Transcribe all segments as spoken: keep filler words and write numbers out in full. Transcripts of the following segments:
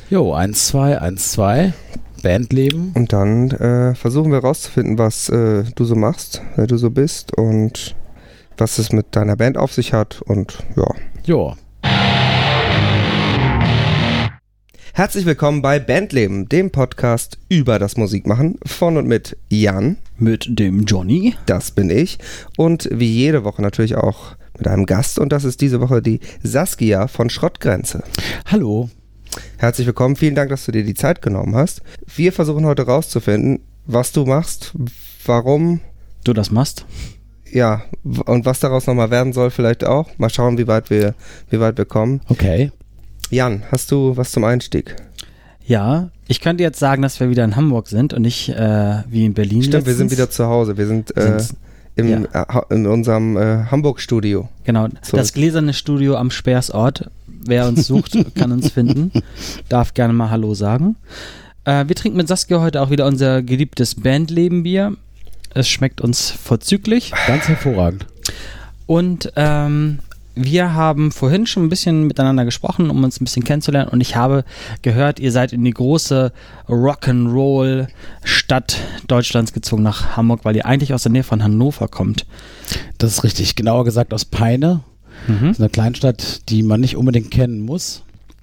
Jo, eins, zwei, eins, zwei, Bandleben. Und dann äh, versuchen wir rauszufinden, was äh, du so machst, wer du so bist und was es mit deiner Band auf sich hat und ja. Jo. Herzlich willkommen bei Bandleben, dem Podcast über das Musikmachen von und mit Jan. Mit dem Johnny. Das bin ich. Und wie jede Woche natürlich auch mit einem Gast. Und das ist diese Woche die Saskia von Schrottgrenze. Hallo. Herzlich willkommen. Vielen Dank, dass du dir die Zeit genommen hast. Wir versuchen heute rauszufinden, was du machst, warum du das machst. Ja, und was daraus nochmal werden soll vielleicht auch. Mal schauen, wie weit wir, wie weit wir kommen. Okay. Jan, hast du was zum Einstieg? Ja, ich könnte jetzt sagen, dass wir wieder in Hamburg sind und nicht äh, wie in Berlin. Stimmt, letztens. Wir sind wieder zu Hause. Wir sind äh, im, ja. äh, in unserem äh, Hamburg-Studio. Genau, so. Das gläserne Studio am Speersort. Wer uns sucht, kann uns finden. Darf gerne mal Hallo sagen. Äh, wir trinken mit Saskia heute auch wieder unser geliebtes Bandleben-Bier. Es schmeckt uns vorzüglich. Ganz hervorragend. Und ähm, wir haben vorhin schon ein bisschen miteinander gesprochen, um uns ein bisschen kennenzulernen. Und ich habe gehört, ihr seid in die große Rock'n'Roll-Stadt Deutschlands gezogen, nach Hamburg, weil ihr eigentlich aus der Nähe von Hannover kommt. Das ist richtig. Genauer gesagt aus Peine. Mhm. Das ist eine Kleinstadt, die man nicht unbedingt kennen muss.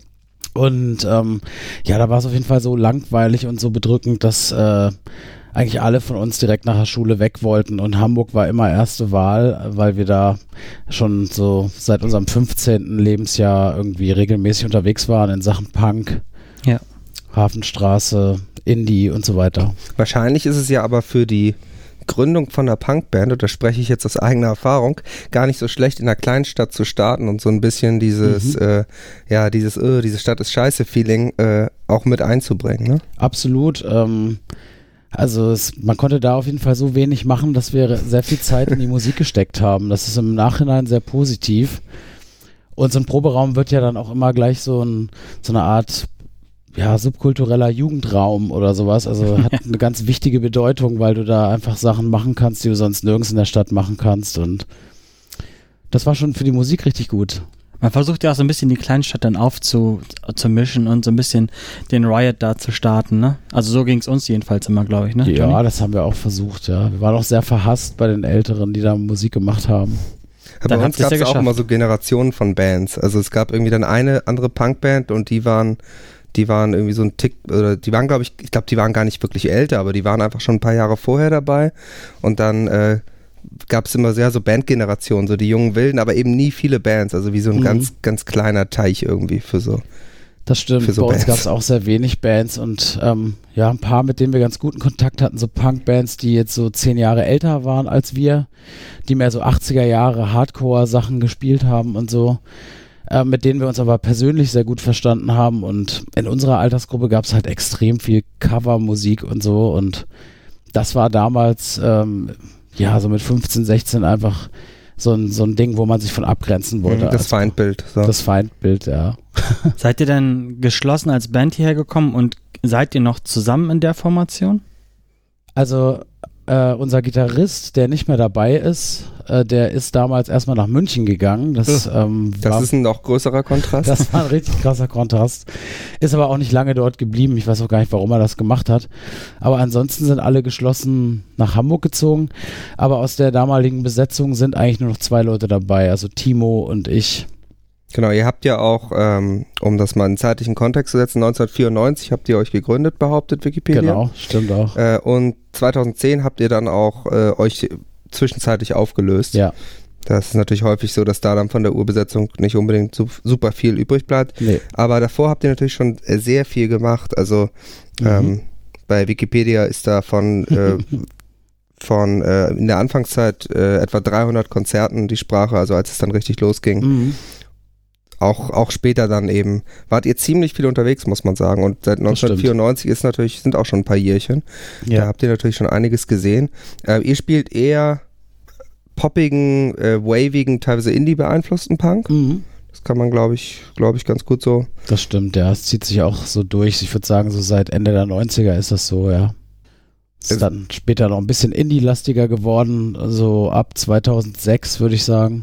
Und ähm, ja, da war es auf jeden Fall so langweilig und so bedrückend, dass äh, eigentlich alle von uns direkt nach der Schule weg wollten. Und Hamburg war immer erste Wahl, weil wir da schon so seit unserem fünfzehnten Lebensjahr irgendwie regelmäßig unterwegs waren in Sachen Punk, ja. Hafenstraße, Indie und so weiter. Wahrscheinlich ist es ja aber für die Gründung von einer Punkband, und da spreche ich jetzt aus eigener Erfahrung, gar nicht so schlecht in einer Kleinstadt zu starten und so ein bisschen dieses, mhm. äh, ja, dieses, äh, diese Stadt ist scheiße Feeling äh, auch mit einzubringen, ne? Absolut. Ähm, also es, man konnte da auf jeden Fall so wenig machen, dass wir sehr viel Zeit in die Musik gesteckt haben. Das ist im Nachhinein sehr positiv. Und so ein Proberaum wird ja dann auch immer gleich so, ein, so eine Art ja, subkultureller Jugendraum oder sowas, also hat eine ganz wichtige Bedeutung, weil du da einfach Sachen machen kannst, die du sonst nirgends in der Stadt machen kannst, und das war schon für die Musik richtig gut. Man versucht ja auch so ein bisschen die Kleinstadt dann aufzumischen und so ein bisschen den Riot da zu starten, ne? Also so ging es uns jedenfalls immer, glaube ich, ne? Ja, Johnny? Das haben wir auch versucht, ja. Wir waren auch sehr verhasst bei den Älteren, die da Musik gemacht haben. Aber bei uns gab es ja auch immer so Generationen von Bands, also es gab irgendwie dann eine andere Punkband und die waren Die waren irgendwie so ein Tick, oder die waren, glaube ich, ich glaube, die waren gar nicht wirklich älter, aber die waren einfach schon ein paar Jahre vorher dabei. Und dann äh, gab es immer sehr so Bandgenerationen, so die jungen Wilden, aber eben nie viele Bands, also wie so ein mhm. ganz, ganz kleiner Teich irgendwie für so. Das stimmt, für so bei uns gab es auch sehr wenig Bands und ähm, ja, ein paar, mit denen wir ganz guten Kontakt hatten, so Punkbands, die jetzt so zehn Jahre älter waren als wir, die mehr so achtziger Jahre Hardcore-Sachen gespielt haben und so. Äh, mit denen wir uns aber persönlich sehr gut verstanden haben, und in unserer Altersgruppe gab es halt extrem viel Covermusik und so, und das war damals ähm, ja so mit fünfzehn, sechzehn einfach so ein, so ein Ding, wo man sich von abgrenzen wollte. Das also, Feindbild. So. Das Feindbild, ja. Seid ihr denn geschlossen als Band hierher gekommen und seid ihr noch zusammen in der Formation? Also Uh, unser Gitarrist, der nicht mehr dabei ist, uh, der ist damals erstmal nach München gegangen. Das, ähm, das war, ist ein noch größerer Kontrast. Das war ein richtig krasser Kontrast. Ist aber auch nicht lange dort geblieben. Ich weiß auch gar nicht, warum er das gemacht hat. Aber ansonsten sind alle geschlossen nach Hamburg gezogen. Aber aus der damaligen Besetzung sind eigentlich nur noch zwei Leute dabei. Also Timo und ich. Genau, ihr habt ja auch, ähm, um das mal in zeitlichen Kontext zu setzen, neunzehnhundertvierundneunzig habt ihr euch gegründet, behauptet Wikipedia. Genau, stimmt auch. Äh, und zweitausendzehn habt ihr dann auch äh, euch zwischenzeitlich aufgelöst. Ja. Das ist natürlich häufig so, dass da dann von der Urbesetzung nicht unbedingt su- super viel übrig bleibt. Nee. Aber davor habt ihr natürlich schon äh, sehr viel gemacht. Also mhm. ähm, bei Wikipedia ist da von... Äh, von äh, in der Anfangszeit äh, etwa dreihundert Konzerten die Sprache, also als es dann richtig losging. Mhm. Auch, auch später dann eben, wart ihr ziemlich viel unterwegs, muss man sagen. Und seit neunzehnhundertvierundneunzig ist natürlich, sind auch schon ein paar Jährchen. Ja. Da habt ihr natürlich schon einiges gesehen. Äh, ihr spielt eher poppigen, äh, wavigen, teilweise Indie-beeinflussten Punk. Mhm. Das kann man, glaube ich, glaube ich, ganz gut so. Das stimmt, ja. Es zieht sich auch so durch. Ich würde sagen, so seit Ende der neunziger ist das so, ja. Ist dann später noch ein bisschen Indie-lastiger geworden, so ab zweitausendsechs würde ich sagen.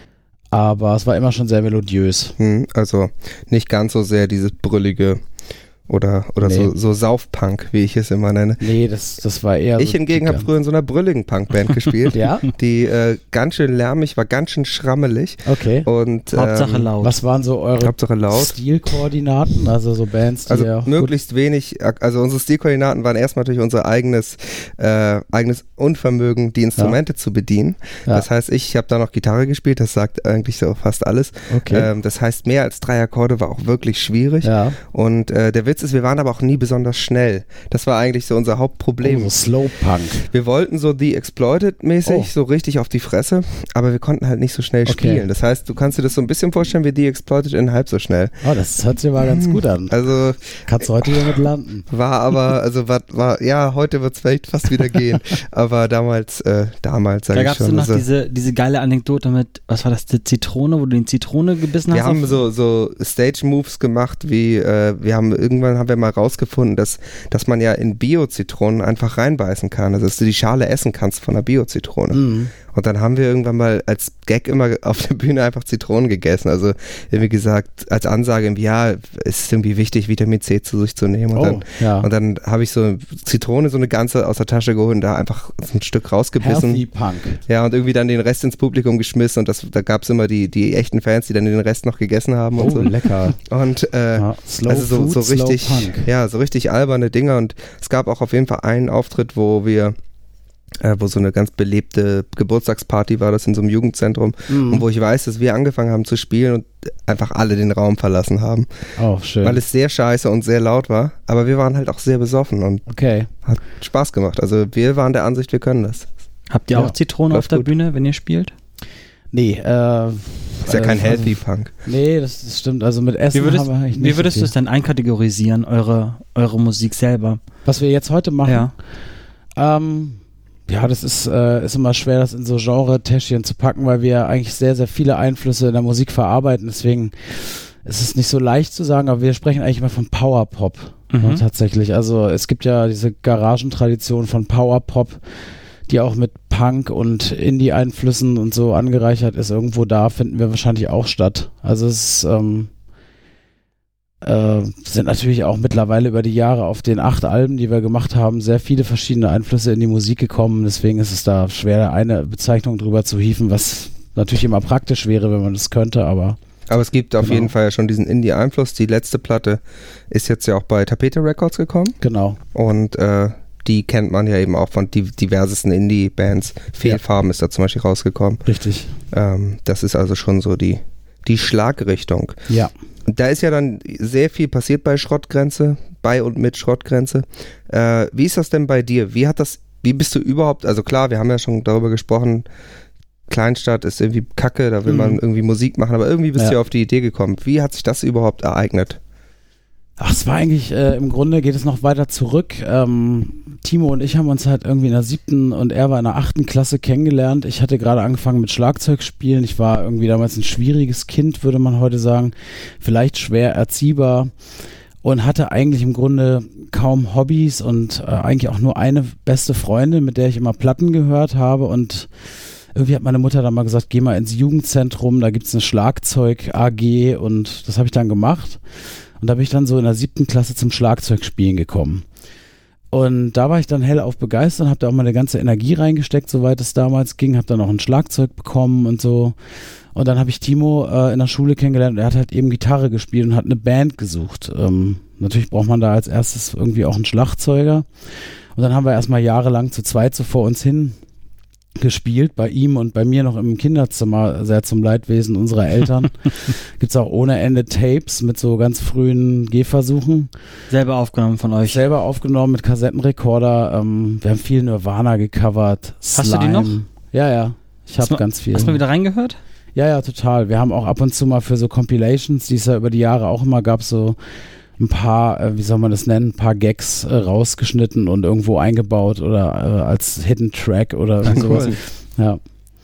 Aber es war immer schon sehr melodiös. Hm, also nicht ganz so sehr dieses brüllige Oder, oder Nee. so, so Saufpunk, wie ich es immer nenne. Nee, das, das war eher Ich so hingegen habe die- früher in so einer brülligen Punkband gespielt, Ja? die äh, ganz schön lärmig war, ganz schön schrammelig. Okay. Und, ähm, Hauptsache laut. Was waren so eure Hauptsache laut. Stilkoordinaten? Also so Bands, die Also ja möglichst wenig, also unsere Stilkoordinaten waren erstmal natürlich unser eigenes, äh, eigenes Unvermögen, die Instrumente zu bedienen. Ja. Das heißt, ich habe da noch Gitarre gespielt, das sagt eigentlich so fast alles. Okay. Ähm, das heißt, mehr als drei Akkorde war auch wirklich schwierig. Ja. Und äh, der Witz ist, wir waren aber auch nie besonders schnell. Das war eigentlich so unser Hauptproblem. Oh, so Slowpunk. Wir wollten so The Exploited mäßig, Oh. so richtig auf die Fresse, aber wir konnten halt nicht so schnell Okay. spielen. Das heißt, du kannst dir das so ein bisschen vorstellen wie The Exploited in halb so schnell. Oh, das hört sich mal ganz gut an. Also Kannst du heute hier mit landen. war aber, also war, war ja, heute wird es vielleicht fast wieder gehen, aber damals, äh, damals sage Da ich gab es schon. noch also, diese, diese geile Anekdote mit, was war das, die Zitrone, wo du den Zitrone gebissen wir hast? haben auf- so, so Stage-Moves gemacht, wie äh, wir haben irgendwann haben wir mal rausgefunden, dass, dass man ja in Bio-Zitronen einfach reinbeißen kann, also dass du die Schale essen kannst von einer Bio-Zitrone. Mhm. Und dann haben wir irgendwann mal als Gag immer auf der Bühne einfach Zitronen gegessen. Also irgendwie gesagt, als Ansage, irgendwie, ja, es ist irgendwie wichtig, Vitamin C zu sich zu nehmen. Und Oh, dann, ja. und dann habe ich so Zitrone, so eine ganze aus der Tasche geholt und da einfach ein Stück rausgebissen. Healthy Punk. Ja, und irgendwie dann den Rest ins Publikum geschmissen und das, da gab es immer die, die echten Fans, die dann den Rest noch gegessen haben und Oh, so. lecker. Und äh, Ja, Slow also so, Food, so Slow richtig, Punk. ja, so richtig alberne Dinger und es gab auch auf jeden Fall einen Auftritt, wo wir äh, wo so eine ganz belebte Geburtstagsparty war, das in so einem Jugendzentrum Mhm. und wo ich weiß, dass wir angefangen haben zu spielen und einfach alle den Raum verlassen haben, Oh, schön. weil es sehr scheiße und sehr laut war, aber wir waren halt auch sehr besoffen und Okay. hat Spaß gemacht. Also wir waren der Ansicht, wir können das. Habt ihr Ja, auch Zitrone auf läuft der gut. Bühne, wenn ihr spielt? Nee, äh. Ist ja äh, kein also- Healthy Punk. Nee, das, das stimmt. Also mit Essen Wie würdest, haben wir eigentlich nicht wie würdest so du viel. es denn einkategorisieren, eure, eure Musik selber? Was wir jetzt heute machen? Ja. Ähm, ja, das ist, äh, ist immer schwer, das in so Genre-Täschchen zu packen, weil wir eigentlich sehr, sehr viele Einflüsse in der Musik verarbeiten. Deswegen ist es nicht so leicht zu sagen, aber wir sprechen eigentlich immer von Power-Pop. Mhm. Ja, tatsächlich. Also es gibt ja diese Garagentradition von Power-Pop, die auch mit Punk und Indie-Einflüssen und so angereichert ist. Irgendwo da finden wir wahrscheinlich auch statt. Also es ist, ähm, äh, sind natürlich auch mittlerweile über die Jahre auf den acht Alben, die wir gemacht haben, sehr viele verschiedene Einflüsse in die Musik gekommen. Deswegen ist es da schwer, eine Bezeichnung drüber zu hieven, was natürlich immer praktisch wäre, wenn man das könnte, aber Aber es gibt auf Genau. jeden Fall ja schon diesen Indie-Einfluss. Die letzte Platte ist jetzt ja auch bei Tapete Records gekommen genau. und äh, die kennt man ja eben auch von die diversesten Indie-Bands. Fehlfarben ist da zum Beispiel rausgekommen. Richtig. Ähm, das ist also schon so die, die Schlagrichtung. Ja. Und da ist ja dann sehr viel passiert bei Schrottgrenze, bei und mit Schrottgrenze. Äh, wie ist das denn bei dir? Wie hat das, wie bist du überhaupt, also klar, wir haben ja schon darüber gesprochen, Kleinstadt ist irgendwie kacke, da will Mhm. man irgendwie Musik machen, aber irgendwie bist Ja. du ja auf die Idee gekommen. Wie hat sich das überhaupt ereignet? Ach, es war eigentlich, äh, im Grunde geht es noch weiter zurück. Ähm, Timo und ich haben uns halt irgendwie in der siebten und er war in der achten Klasse kennengelernt. Ich hatte gerade angefangen mit Schlagzeugspielen. Ich war irgendwie damals ein schwieriges Kind, würde man heute sagen. Vielleicht schwer erziehbar und hatte eigentlich im Grunde kaum Hobbys und äh, eigentlich auch nur eine beste Freundin, mit der ich immer Platten gehört habe und irgendwie hat meine Mutter dann mal gesagt, geh mal ins Jugendzentrum, da gibt's eine Schlagzeug-A G und das habe ich dann gemacht. Und da bin ich dann so in der siebten Klasse zum Schlagzeugspielen gekommen. Und da war ich dann hellauf begeistert, habe da auch meine ganze Energie reingesteckt, soweit es damals ging, habe dann auch ein Schlagzeug bekommen und so. Und dann habe ich Timo äh, in der Schule kennengelernt und er hat halt eben Gitarre gespielt und hat eine Band gesucht. Ähm, natürlich braucht man da als erstes irgendwie auch einen Schlagzeuger. Und dann haben wir erstmal jahrelang zu zweit so vor uns hin gespielt, bei ihm und bei mir noch im Kinderzimmer, sehr zum Leidwesen unserer Eltern. Gibt's auch ohne Ende Tapes mit so ganz frühen Gehversuchen. Selber aufgenommen von euch. Selber aufgenommen mit Kassettenrekorder. Ähm, wir haben viel Nirvana gecovert. Hast du die noch? Ja, ja. Ich Hast habe du- ganz viel. Hast du mal wieder reingehört? Ja, ja, total. Wir haben auch ab und zu mal für so Compilations, die es ja über die Jahre auch immer gab, so ein paar, äh, wie soll man das nennen, ein paar Gags äh, rausgeschnitten und irgendwo eingebaut oder äh, als Hidden Track oder irgendwie sowas. Ja.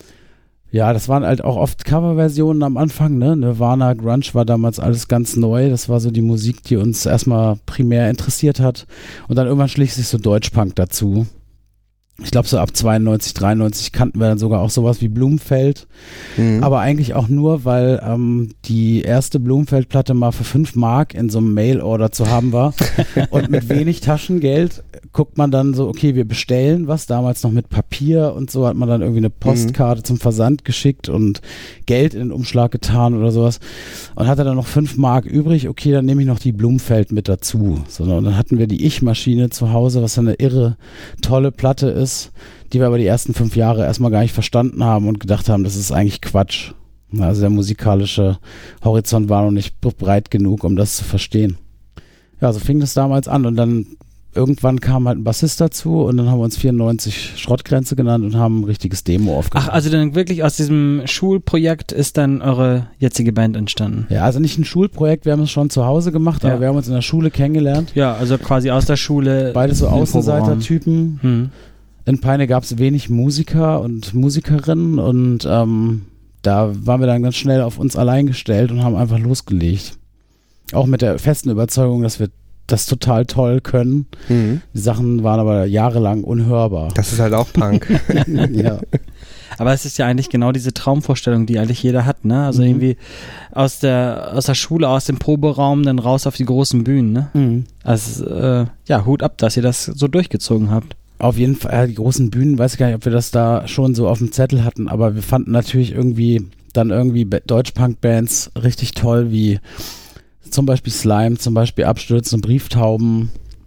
Ja, das waren halt auch oft Coverversionen am Anfang, ne? Nirvana, Grunge war damals alles ganz neu. Das war so die Musik, die uns erstmal primär interessiert hat. Und dann irgendwann schließt sich so Deutschpunk dazu. Ich glaube, so ab zweiundneunzig, dreiundneunzig kannten wir dann sogar auch sowas wie Blumfeld. Mhm. Aber eigentlich auch nur, weil ähm, die erste Blumfeld-Platte mal für fünf Mark in so einem Mail-Order zu haben war. Und mit wenig Taschengeld guckt man dann so, okay, wir bestellen was. Damals noch mit Papier und so hat man dann irgendwie eine Postkarte mhm. zum Versand geschickt und Geld in den Umschlag getan oder sowas. Und hatte dann noch fünf Mark übrig. Okay, dann nehme ich noch die Blumfeld mit dazu. So, und dann hatten wir die Ich-Maschine zu Hause, was eine irre tolle Platte ist, die wir aber die ersten fünf Jahre erstmal gar nicht verstanden haben und gedacht haben, das ist eigentlich Quatsch. Also der musikalische Horizont war noch nicht breit genug, um das zu verstehen. Ja, so fing das damals an und dann irgendwann kam halt ein Bassist dazu und dann haben wir uns vierundneunzig Schrottgrenze genannt und haben ein richtiges Demo aufgenommen. Ach, also dann wirklich aus diesem Schulprojekt ist dann eure jetzige Band entstanden? Ja, also nicht ein Schulprojekt, wir haben es schon zu Hause gemacht, ja. aber wir haben uns in der Schule kennengelernt. Ja, also quasi aus der Schule. Beide so Außenseiter-Typen. Hm. In Peine gab es wenig Musiker und Musikerinnen und ähm, da waren wir dann ganz schnell auf uns allein gestellt und haben einfach losgelegt. Auch mit der festen Überzeugung, dass wir das total toll können. Mhm. Die Sachen waren aber jahrelang unhörbar. Das ist halt auch Punk. Ja. Aber es ist ja eigentlich genau diese Traumvorstellung, die eigentlich jeder hat, ne? Also mhm. irgendwie aus der, aus der Schule, aus dem Proberaum, dann raus auf die großen Bühnen, ne? Mhm. Also, äh, ja, Hut ab, dass ihr das so durchgezogen habt. Auf jeden Fall, ja, die großen Bühnen, weiß ich gar nicht, ob wir das da schon so auf dem Zettel hatten, aber wir fanden natürlich irgendwie dann irgendwie Deutsch-Punk-Bands richtig toll, wie zum Beispiel Slime, zum Beispiel Abstürzen, Brieftauben,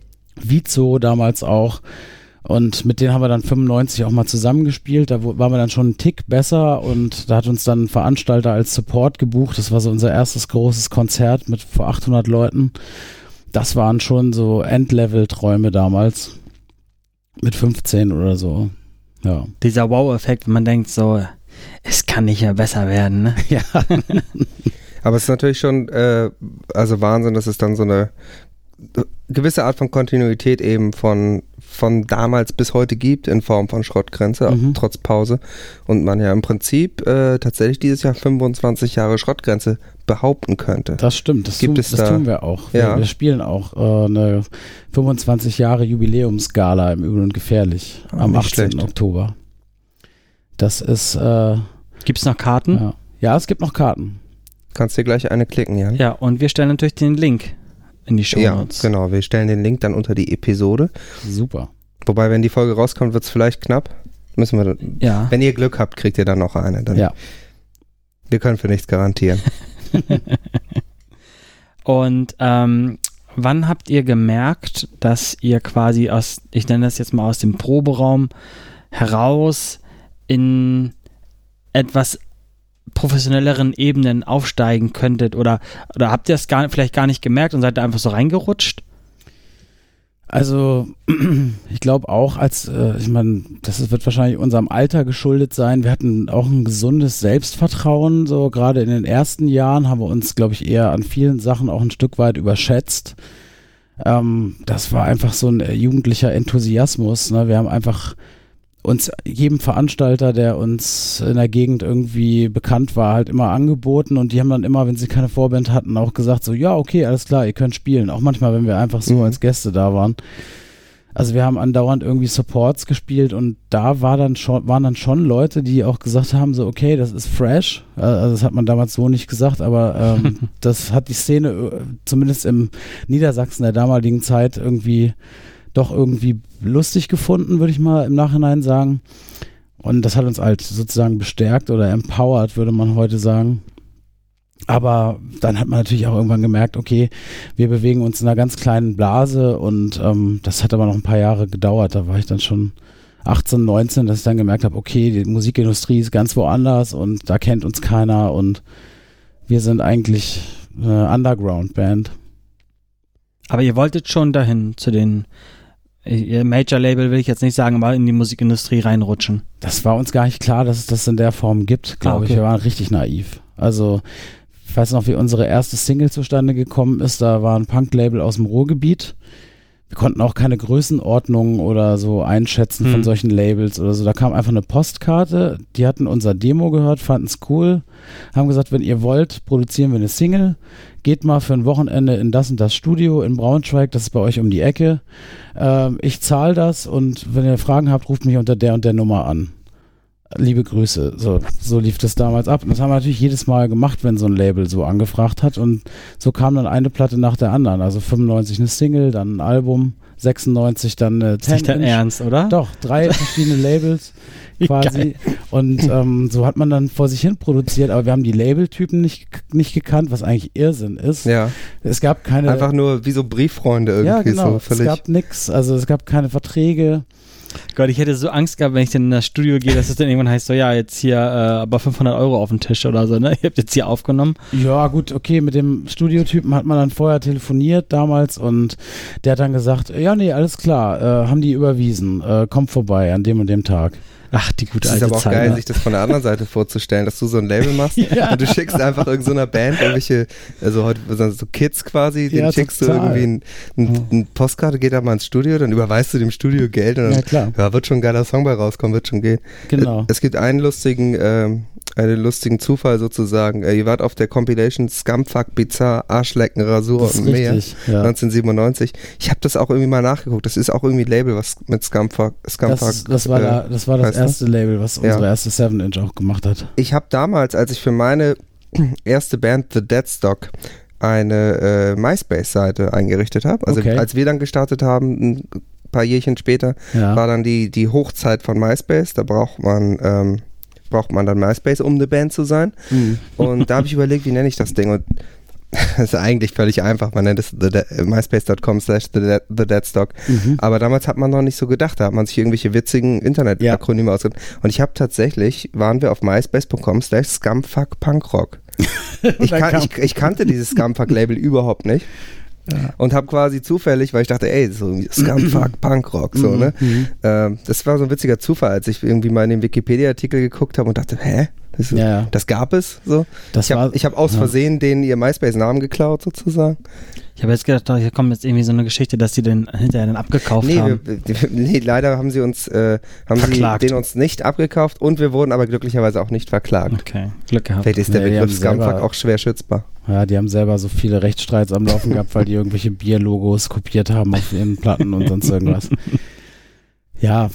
Vizo damals auch. Und mit denen haben wir dann fünfundneunzig auch mal zusammengespielt. Da waren wir dann schon einen Tick besser und da hat uns dann ein Veranstalter als Support gebucht. Das war so unser erstes großes Konzert mit vor achthundert Leuten. Das waren schon so Endlevel-Träume damals. Mit fünfzehn oder so. Ja. Dieser Wow-Effekt, wenn man denkt so, es kann nicht mehr besser werden, ne? Ja. Aber es ist natürlich schon, äh, also Wahnsinn, dass es dann so eine gewisse Art von Kontinuität eben von, von damals bis heute gibt in Form von Schrottgrenze, mhm. trotz Pause. Und man ja im Prinzip äh, tatsächlich dieses Jahr fünfundzwanzig Jahre Schrottgrenze behaupten könnte. Das stimmt, das, gibt tun, es das da, tun wir auch. Ja. Wir, wir spielen auch äh, eine fünfundzwanzig Jahre Jubiläumsgala im Übel und Gefährlich oh, am achtzehnten schlecht. Oktober. Das ist... Äh, Gibt es noch Karten? Ja. ja, es gibt noch Karten. Kannst dir gleich eine klicken, Jan. Ja, und wir stellen natürlich den Link in die Shownotes. Ja, genau. Wir stellen den Link dann unter die Episode. Super. Wobei, wenn die Folge rauskommt, wird es vielleicht knapp. Müssen wir. Ja. Wenn ihr Glück habt, kriegt ihr dann noch eine. Dann ja. Wir können für nichts garantieren. Und ähm, wann habt ihr gemerkt, dass ihr quasi aus, ich nenne das jetzt mal aus dem Proberaum heraus in etwas professionelleren Ebenen aufsteigen könntet oder, oder habt ihr das gar, vielleicht gar nicht gemerkt und seid da einfach so reingerutscht? Also ich glaube auch, als äh, ich meine, das wird wahrscheinlich unserem Alter geschuldet sein. Wir hatten auch ein gesundes Selbstvertrauen, so gerade in den ersten Jahren haben wir uns, glaube ich, eher an vielen Sachen auch ein Stück weit überschätzt. Ähm, das war einfach so ein äh, jugendlicher Enthusiasmus, ne? Wir haben einfach uns jedem Veranstalter, der uns in der Gegend irgendwie bekannt war, halt immer angeboten und die haben dann immer, wenn sie keine Vorband hatten, auch gesagt so, ja, okay, alles klar, ihr könnt spielen. Auch manchmal, wenn wir einfach so mhm. als Gäste da waren. Also wir haben andauernd irgendwie Supports gespielt und da war dann schon, waren dann schon Leute, die auch gesagt haben, so okay, das ist fresh. Also das hat man damals so nicht gesagt, aber ähm, das hat die Szene zumindest im Niedersachsen der damaligen Zeit irgendwie doch irgendwie lustig gefunden, würde ich mal im Nachhinein sagen. Und das hat uns halt sozusagen bestärkt oder empowered, würde man heute sagen. Aber dann hat man natürlich auch irgendwann gemerkt, okay, wir bewegen uns in einer ganz kleinen Blase und ähm, das hat aber noch ein paar Jahre gedauert. Da war ich dann schon achtzehn, neunzehn, dass ich dann gemerkt habe, okay, die Musikindustrie ist ganz woanders und da kennt uns keiner und wir sind eigentlich eine Underground-Band. Aber ihr wolltet schon dahin zu den Major-Label will ich jetzt nicht sagen, aber in die Musikindustrie reinrutschen. Das war uns gar nicht klar, dass es das in der Form gibt, glaube ah, okay. ich. Wir waren richtig naiv. Also, ich weiß noch, wie unsere erste Single zustande gekommen ist. Da war ein Punk-Label aus dem Ruhrgebiet. wir konnten auch keine Größenordnung oder so einschätzen hm. von solchen Labels oder so. Da kam einfach eine Postkarte, die hatten unser Demo gehört, fanden es cool, haben gesagt, wenn ihr wollt, produzieren wir eine Single, geht mal für ein Wochenende in das und das Studio in Braunschweig, das ist bei euch um die Ecke. Ähm, ich zahle das und wenn ihr Fragen habt, ruft mich unter der und der Nummer an. Liebe Grüße. So, so lief das damals ab. Und das haben wir natürlich jedes Mal gemacht, wenn so ein Label so angefragt hat. Und so kam dann eine Platte nach der anderen. Also fünfundneunzig eine Single, dann ein Album, sechsundneunzig dann eine zehn. Ist nicht dein Ernst, oder? Doch, drei verschiedene Labels quasi. Und ähm, so hat man dann vor sich hin produziert. Aber wir haben die Labeltypen nicht, nicht gekannt, was eigentlich Irrsinn ist. Ja. Es gab keine... Einfach nur wie so Brieffreunde irgendwie. Ja, genau. So völlig. Es gab nichts. Also es gab keine Verträge. Gott, ich hätte so Angst gehabt, wenn ich dann in das Studio gehe, dass es dann irgendwann heißt, so ja, jetzt hier äh, aber fünfhundert Euro auf den Tisch oder so, ne? Ihr habt jetzt hier aufgenommen. Ja, gut, okay, mit dem Studiotypen hat man dann vorher telefoniert damals und der hat dann gesagt, ja, nee, alles klar, äh, haben die überwiesen, äh, kommt vorbei an dem und dem Tag. Ach, die gute alte Zeit. Das ist aber auch Zeit, geil, ne? sich das von der anderen Seite vorzustellen, dass du so ein Label machst ja. und du schickst einfach irgendeiner so Band irgendwelche, also heute so Kids quasi, den ja, schickst total. du irgendwie ein, ein, ein Postkarte, geht da mal ins Studio, dann überweist du dem Studio Geld und dann ja, klar. Ja, wird schon ein geiler Song bei rauskommen, wird schon gehen. Genau. Es gibt einen lustigen, ähm, einen lustigen Zufall sozusagen. Äh, ihr wart auf der Compilation Scumfuck, Bizarre, Arschlecken, Rasur das und ist mehr. richtig, ja. neunzehnhundertsiebenundneunzig. Ich habe das auch irgendwie mal nachgeguckt. Das ist auch irgendwie ein Label, was mit Scumfuck. Scumfuck Das, das war, äh, da, das, war das weißt erste du? Label, was Ja. unsere erste seven inch auch gemacht hat. Ich habe damals, als ich für meine erste Band The Deadstock eine äh, MySpace-Seite eingerichtet habe, also Okay. als wir dann gestartet haben, ein paar Jährchen später, Ja. war dann die, die Hochzeit von MySpace. Da braucht man ähm, braucht man dann MySpace, um eine Band zu sein. Mhm. Und da habe ich überlegt, wie nenne ich das Ding? Und das ist eigentlich völlig einfach. Man nennt es myspace.com slash the deadstock. Mhm. Aber damals hat man noch nicht so gedacht. Da hat man sich irgendwelche witzigen Internet-Akronyme ja. ausgedacht. Und ich habe tatsächlich, waren wir auf myspace.com slash scumfuckpunkrock. Ich, kan ich, ich kannte dieses Scumfuck-Label überhaupt nicht. Ja. Und habe quasi zufällig, weil ich dachte, ey, so Scumfuck, Punkrock, so, ne? Mhm. Ähm, das war so ein witziger Zufall, als ich irgendwie mal in den Wikipedia-Artikel geguckt habe und dachte, hä? Das, ist, ja. das gab es so. Das ich habe hab aus ja. Versehen denen ihr MySpace-Namen geklaut, sozusagen. Ich habe jetzt gedacht, hier kommt jetzt irgendwie so eine Geschichte, dass die den hinterher dann abgekauft nee, haben. Wir, nee, leider haben sie uns äh, haben verklagt. sie den uns nicht abgekauft und wir wurden aber glücklicherweise auch nicht verklagt. Okay, Glück gehabt. Vielleicht ist der ja, Begriff Scumfuck auch schwer schützbar. Ja, die haben selber so viele Rechtsstreits am Laufen gehabt, weil die irgendwelche Bierlogos kopiert haben auf ihren Platten und sonst irgendwas. Ja,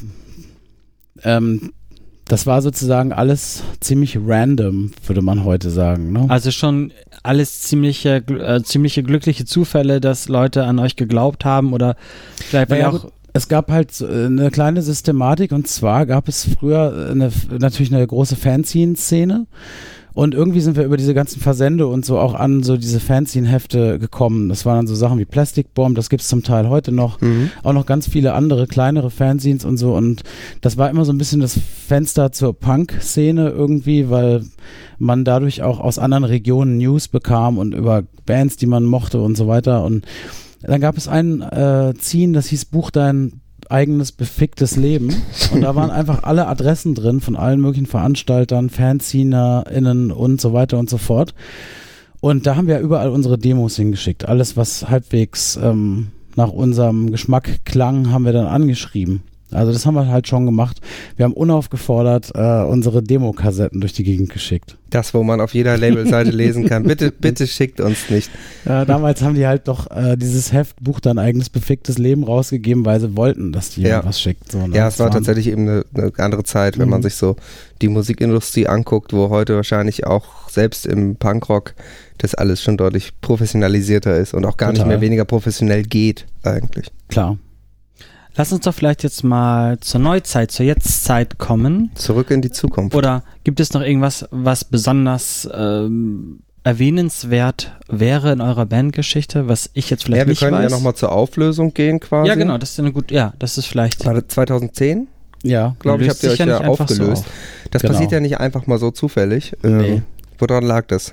ähm, das war sozusagen alles ziemlich random, würde man heute sagen. Ne? Also schon alles ziemliche, äh, ziemliche glückliche Zufälle, dass Leute an euch geglaubt haben oder vielleicht naja, auch... Es gab halt so eine kleine Systematik und zwar gab es früher eine, natürlich eine große Fanzine-Szene. Und irgendwie sind wir über diese ganzen Versende und so auch an so diese Fanzine-Hefte gekommen. Das waren dann so Sachen wie Plastic Bomb, das gibt es zum Teil heute noch. Mhm. Auch noch ganz viele andere kleinere Fanzines und so. Und das war immer so ein bisschen das Fenster zur Punk-Szene irgendwie, weil man dadurch auch aus anderen Regionen News bekam und über Bands, die man mochte und so weiter. Und dann gab es ein äh, Zine, das hieß Buch dein eigenes beficktes Leben und da waren einfach alle Adressen drin von allen möglichen Veranstaltern, FanzinerInnen und so weiter und so fort und da haben wir überall unsere Demos hingeschickt. Alles, was halbwegs ähm, nach unserem Geschmack klang, haben wir dann angeschrieben. Also das haben wir halt schon gemacht. Wir haben unaufgefordert äh, unsere Demokassetten durch die Gegend geschickt. Das, wo man auf jeder Labelseite lesen kann. Bitte, bitte schickt uns nicht. Äh, damals haben die halt doch äh, dieses Heft Buch dein eigenes beficktes Leben rausgegeben, weil sie wollten, dass die ja. was schickt. So, ne? Ja, es war tatsächlich eben eine, eine andere Zeit, wenn mhm. man sich so die Musikindustrie anguckt, wo heute wahrscheinlich auch selbst im Punkrock das alles schon deutlich professionalisierter ist und auch gar Total. nicht mehr weniger professionell geht eigentlich. Klar. Lass uns doch vielleicht jetzt mal zur Neuzeit, zur Jetztzeit kommen. Zurück in die Zukunft. Oder gibt es noch irgendwas, was besonders ähm, erwähnenswert wäre in eurer Bandgeschichte, was ich jetzt vielleicht nicht weiß? Ja, wir können ja nochmal zur Auflösung gehen quasi. Ja, genau, das ist eine gute, ja, das ist vielleicht... War das zweitaurzehn? Ja. Glaube ich, habt ihr euch ja, ja aufgelöst. So auf. Das genau. passiert ja nicht einfach mal so zufällig. Nee. Ähm, woran lag das?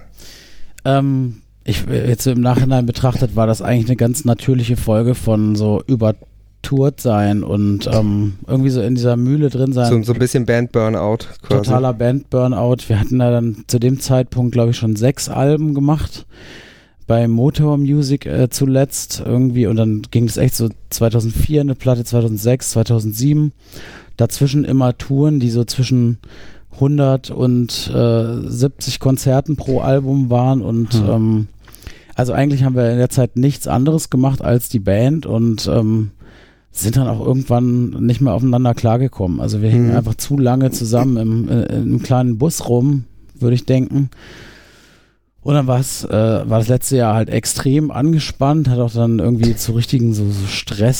Ähm, ich, jetzt so im Nachhinein betrachtet war das eigentlich eine ganz natürliche Folge von so über sein und ähm, irgendwie so in dieser Mühle drin sein. So, so ein bisschen Band-Burnout quasi. Totaler Band-Burnout. Wir hatten da dann zu dem Zeitpunkt, glaube ich, schon sechs Alben gemacht. bei Motor Music äh, zuletzt irgendwie und dann ging es echt so zweitausendvier eine Platte, zweitausendsechs, zweitausendsieben. Dazwischen immer Touren, die so zwischen hundert und äh, siebzig Konzerten pro Album waren und hm. ähm, also eigentlich haben wir in der Zeit nichts anderes gemacht als die Band und ähm, sind dann auch irgendwann nicht mehr aufeinander klargekommen. Also wir hingen hm. einfach zu lange zusammen im, in, in einem kleinen Bus rum, würde ich denken. Und dann war es, äh, war das letzte Jahr halt extrem angespannt, hat auch dann irgendwie zu richtigen so, so